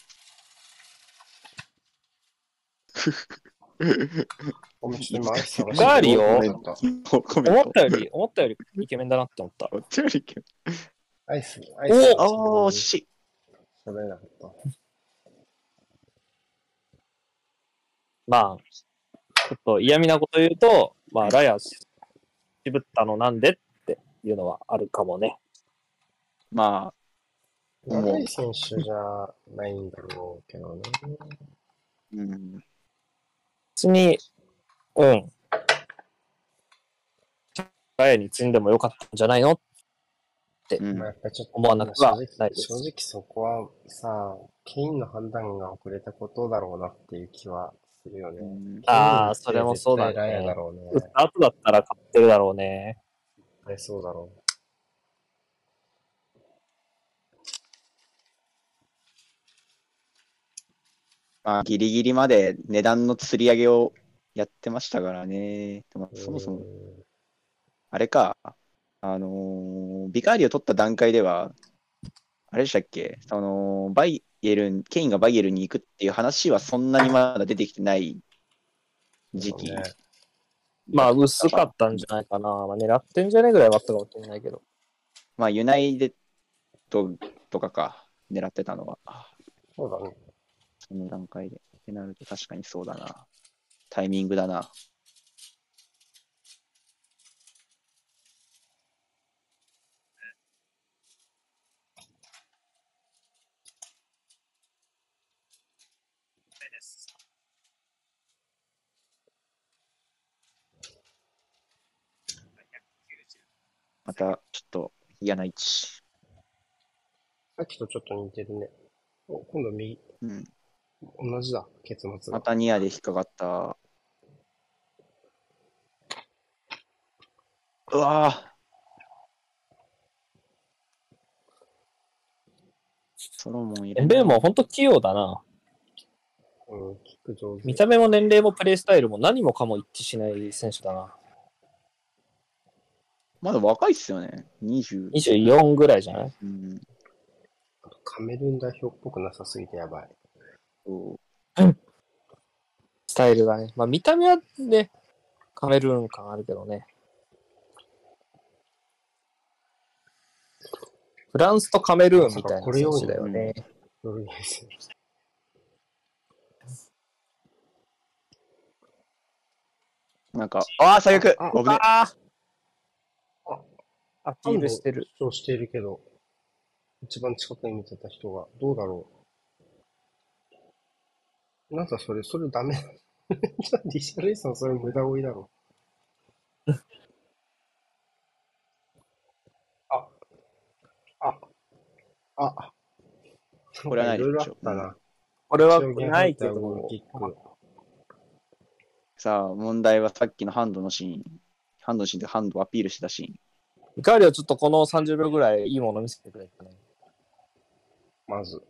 ごめん、ちょっと今アイス探ガーリオコメント。 コメント。 思ったよりイケメンだなって思った。 お手よりアイス探してるおー、惜しい。 喋れなかった。 まあ、ちょっと嫌味なこと言うと、まあ、ラヤ渋ったのなんでっていうのはあるかもね。 まあ、も長い選手じゃないんだろうけどね。 う、うん。 別に、ラヤに積んでもよかったんじゃないのうんまあ、やっぱりちょっと思わなくはないです正直そこはさ、ケインの判断が遅れたことだろうなっていう気はするよね。 うんああ、それもそうだ絶対ラヤだね。 ろうね。 打った後だったら勝ってるだろうね。 絶対そうだろまあ、ギリギリまで値段の釣り上げをやってましたからね。でもう。 そもそも、あれか、ビカーリを取った段階では、あれでしたっけ、ケインがバイエルンに行くっていう話はそんなにまだ出てきてない時期。 ね、 まあ、薄かったんじゃないかな。まあ、狙ってんじゃねえぐらいはあったかもしれないけど。 まあ、ユナイテッドとかか、狙ってたのは。 そうだね。 その段階で。ってなると確かにそうだな。タイミングだな。また、ちょっと嫌な位置。 さっきとちょっと似てるね。お、今度右、 うん。 同じだ、結末が。 またニアで引っかかった。うわぁ。ソロモン入れエンベルも本当器用だな。 うん、キック上手。 見た目も年齢もプレイスタイルも何もかも一致しない選手だな。 まだ若いっすよね。20。 24ぐらいじゃない？ うん。 カメルーン代表っぽくなさすぎてやばい。 そうスタイルがね。まあ見た目はね、カメルーン感あるけどね。フランスとカメルーンみたいな選手だよね。 ノルウェー選手。 なんか、最悪危ね。 アピールしてる。 主張しているけど、一番近くに見てた人が、どうだろう。なんかそれダメ。リシャルリソンそれ無駄追いだろ。あ、 これはないいろいろあでしょったな。 これは一応ゲームないけ入ったゴールど、 キック。 さあ、問題はさっきのハンドのシーン。ハンドのシーンでハンドをアピールしてたシーン。 イカーリはちょっとこの30秒ぐらいいいもの見せてくれたね。 まず。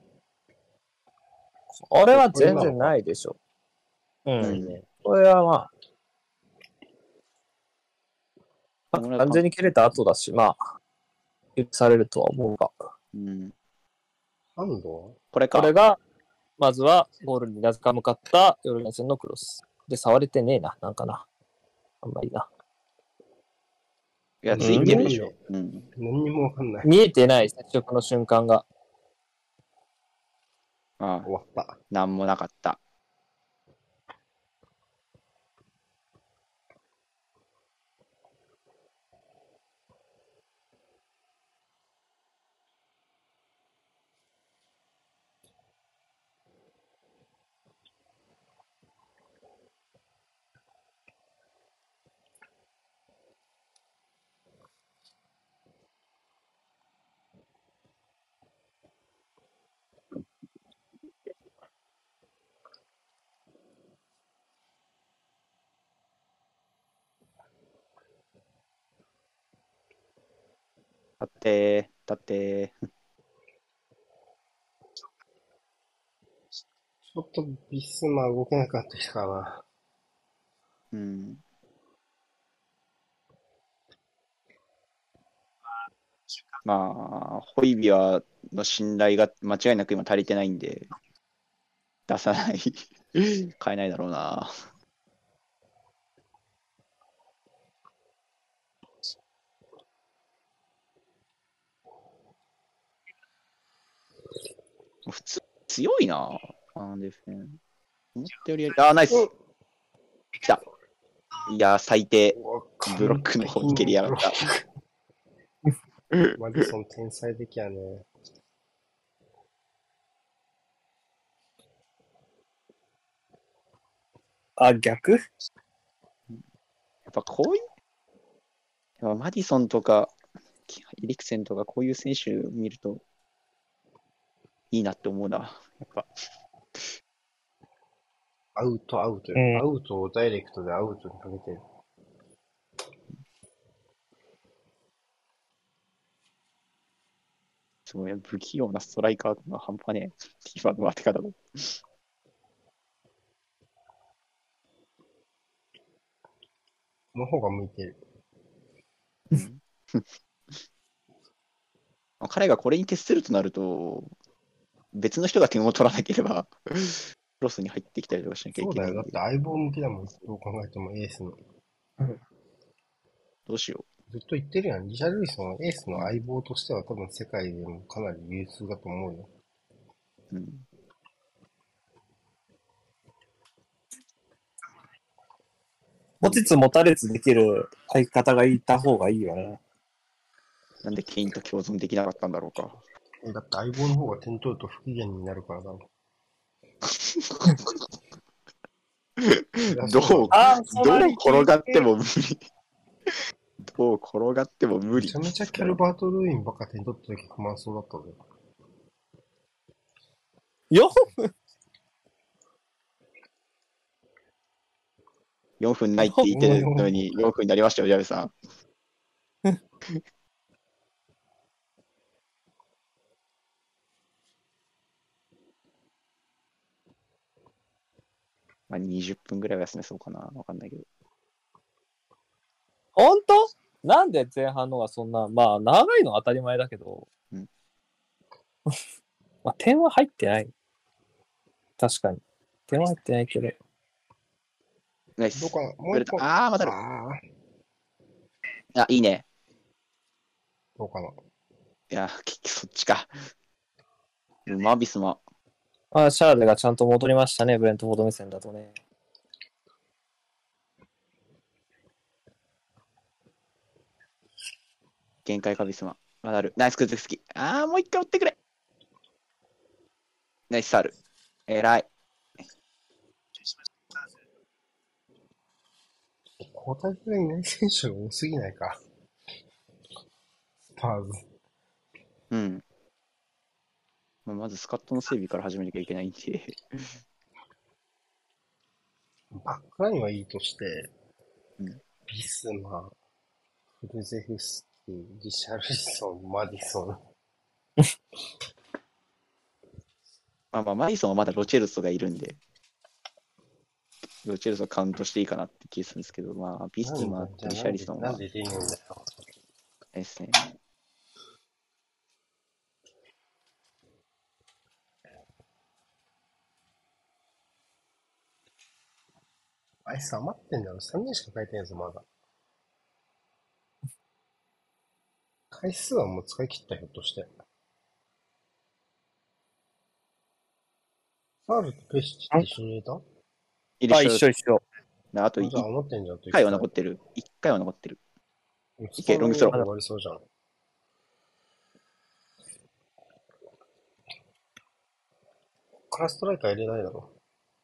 これは全然ないでしょ。 ないね。 これはまあ、 これは完全に切れた後だし、まあ、許されるとは思うが。 うん。 ハンドこれか。 これが、まずはゴールになぜか向かったヨルゲンセンのクロス。で、触れてねえな、なんかな。 あんまりな。 いや、ついてるでしょ。 何にもわかんない。 見えてない接触の瞬間が。 ああ、 終わった。 なんもなかった。立って。 ちょっとビスマ動けなくなってきたかな。 うん。まあ、ホイビアの信頼が間違いなく今足りてないんで、出さない。買えないだろうな。普通、強いな。ファンデフェン。思ったよりナイス。来た。いや、最低。ブロックの方に蹴りやがった。 マディソン天才的やね。 あ、逆？ やっぱこういう、やっぱマディソンとか、エリクセンとかこういう選手見るといいなって思うな。やっぱ。 アウト、アウトよ。アウトをダイレクトでアウトにかけてる。 すごい不器用なストライカーが半端ねえ。今の当て方だ。 この方が向いてる。 うん彼がこれに徹するとなると、別の人が点を取らなければ、クロスに入ってきたりとかしなきゃいそうだよ。 けないんで。 だって相棒向きだもん。どう考えてもエースの。 どうしよずっと言ってるやん。リシャルリソンはエースの相棒としては多分世界でもかなり優秀だと思うよ。 う。 持ちつ持たれつできる相方がいた方がいいよね。 なんでケインと共存できなかったんだろうか。 だって相棒の方が点取ると不機嫌になるからだもん。 どう、 あ、 どう転がっても無理。どう転がっても無理。 めちゃめちゃキャルバート・ルーインばっか点取った時不満そうだったぜ。 よ 4分ないって言ってるのに4分になりましたよ、ジャベさん。まあ、20分ぐらいは休めそうかな。わかんないけど。 本当？なんで前半のがそんな、まあ長いのは当たり前だけど、まあ点は入ってない。確かに。点は入ってないけど。 ナイス。 どうかなもう一本。 あー、またある。あ、いいね。 どうかな。 いや、そっちか。マビスマ。 あ、シャールがちゃんと戻りましたね、ブレントフォード目線だとね。 限界かビスマ。まだある。ナイスクズ好き。あー、もう一回追ってくれ。ナイスサール。偉い。 交代でいない選手が多すぎないか。スパーズ。 うん。まずスカットの整備から始めなきゃいけないんで。 バックラインはいいとして、 うん、 ビスマ、フルゼフスキー、リシャルリソン、マディソン。 マディソンはまだロチェルソがいるんで、ロチェルソカウントしていいかなって気がするんですけど、ビスマとリシャリソンは。 なんで出るんだよ。 ですね。 あいつ余ってんだろ。3人しか書いてないぞ、まだ。回数はもう使い切った、ひょっとして。サールとペシチって一緒に入れた？ あ、 いる一緒一緒。 あとじゃあ 1 余ってんじゃんと回は残ってる。1回は残ってる。いけロングスロー終わりそうじゃん。カラストライカー入れないだろ。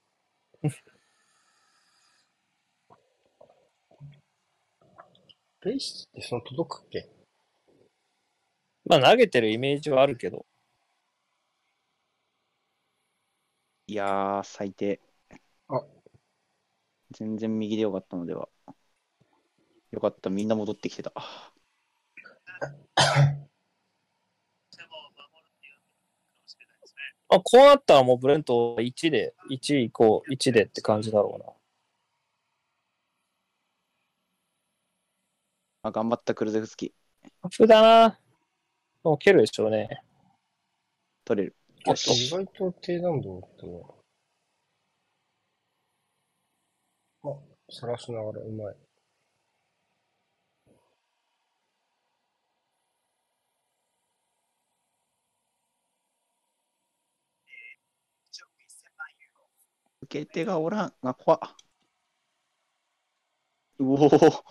ペシチってその届くっけ？ まあ投げてるイメージはあるけど。 いやー、最低。 あ、 全然右でよかったのでは。よかった、みんな戻ってきてた。 あ、こうなったらもうブレント1で、1以降1でって感じだろうな。 あ、頑張ったクルゼフスキタフだな。もう蹴るでしょうね。 取れる。 おっとよし。 意外と低弾道ってね。あ、さらしながらうまい。 受け手がおらん。あ、怖っ。うおー。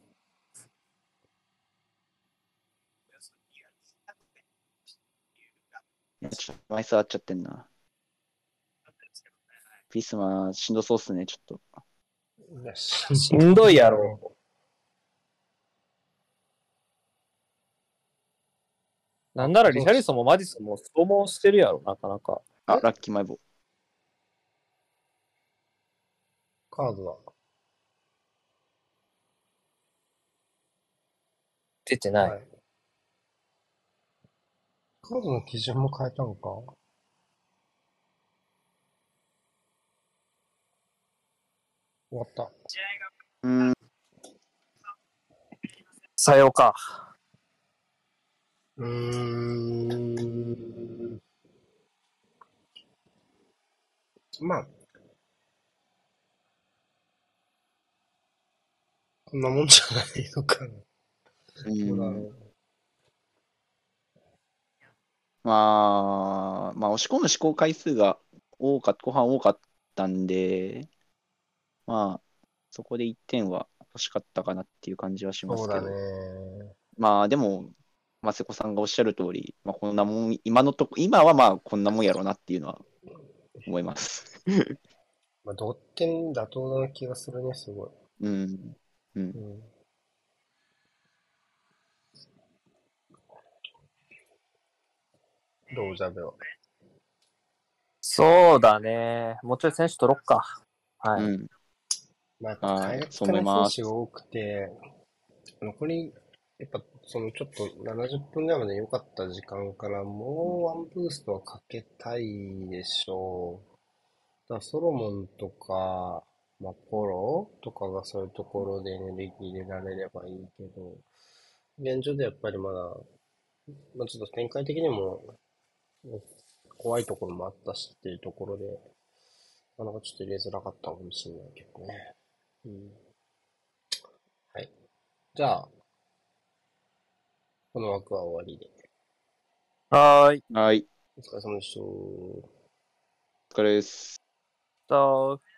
いやちょっと枚数合っちゃってんな。ピスマしんどそうっすね、ちょっと。 よし。 しんどいやろ。なんならリシャリソンもマディソンも消耗してるやろ、なかなか。 あ、ラッキーマイボー。 カードだ。 出てない。 はい。カードの基準も変えたのか？終わった。 さようか。 うーん。まあ、こんなもんじゃないのかな。どうだろう。 まあ、押し込む試行回数が後半多かったんで、まあ、そこで1点は欲しかったかなっていう感じはしますけど。 そうだね。 まあ、でも、まあ、瀬古さんがおっしゃる通り、まあ、こんなもん、今はまあ、こんなもんやろうなっていうのは思います。 まあ、同点妥当な気がするね、すごい。 うん。うんう。ん。どうじゃべは。 そうだね。もうちょい選手取ろっか。はい。 うん。 まあ、やっぱ海外そう思いかます選手が多くて、残り、やっぱそのちょっと70分ぐらいまで良かった時間からもうワンブーストはかけたいでしょう。だからソロモンとか、まあ、ポロとかがそういうところでエネルギー入れられればいいけど、現状でやっぱりまだ、まあ、ちょっと展開的にも怖いところもあったしっていうところで、なかなかちょっと入れづらかったかもしれないけどね。うん。はい。じゃあ、この枠は終わりで。 はーい。 はい。 お疲れ様でした。 お疲れです。 さあ。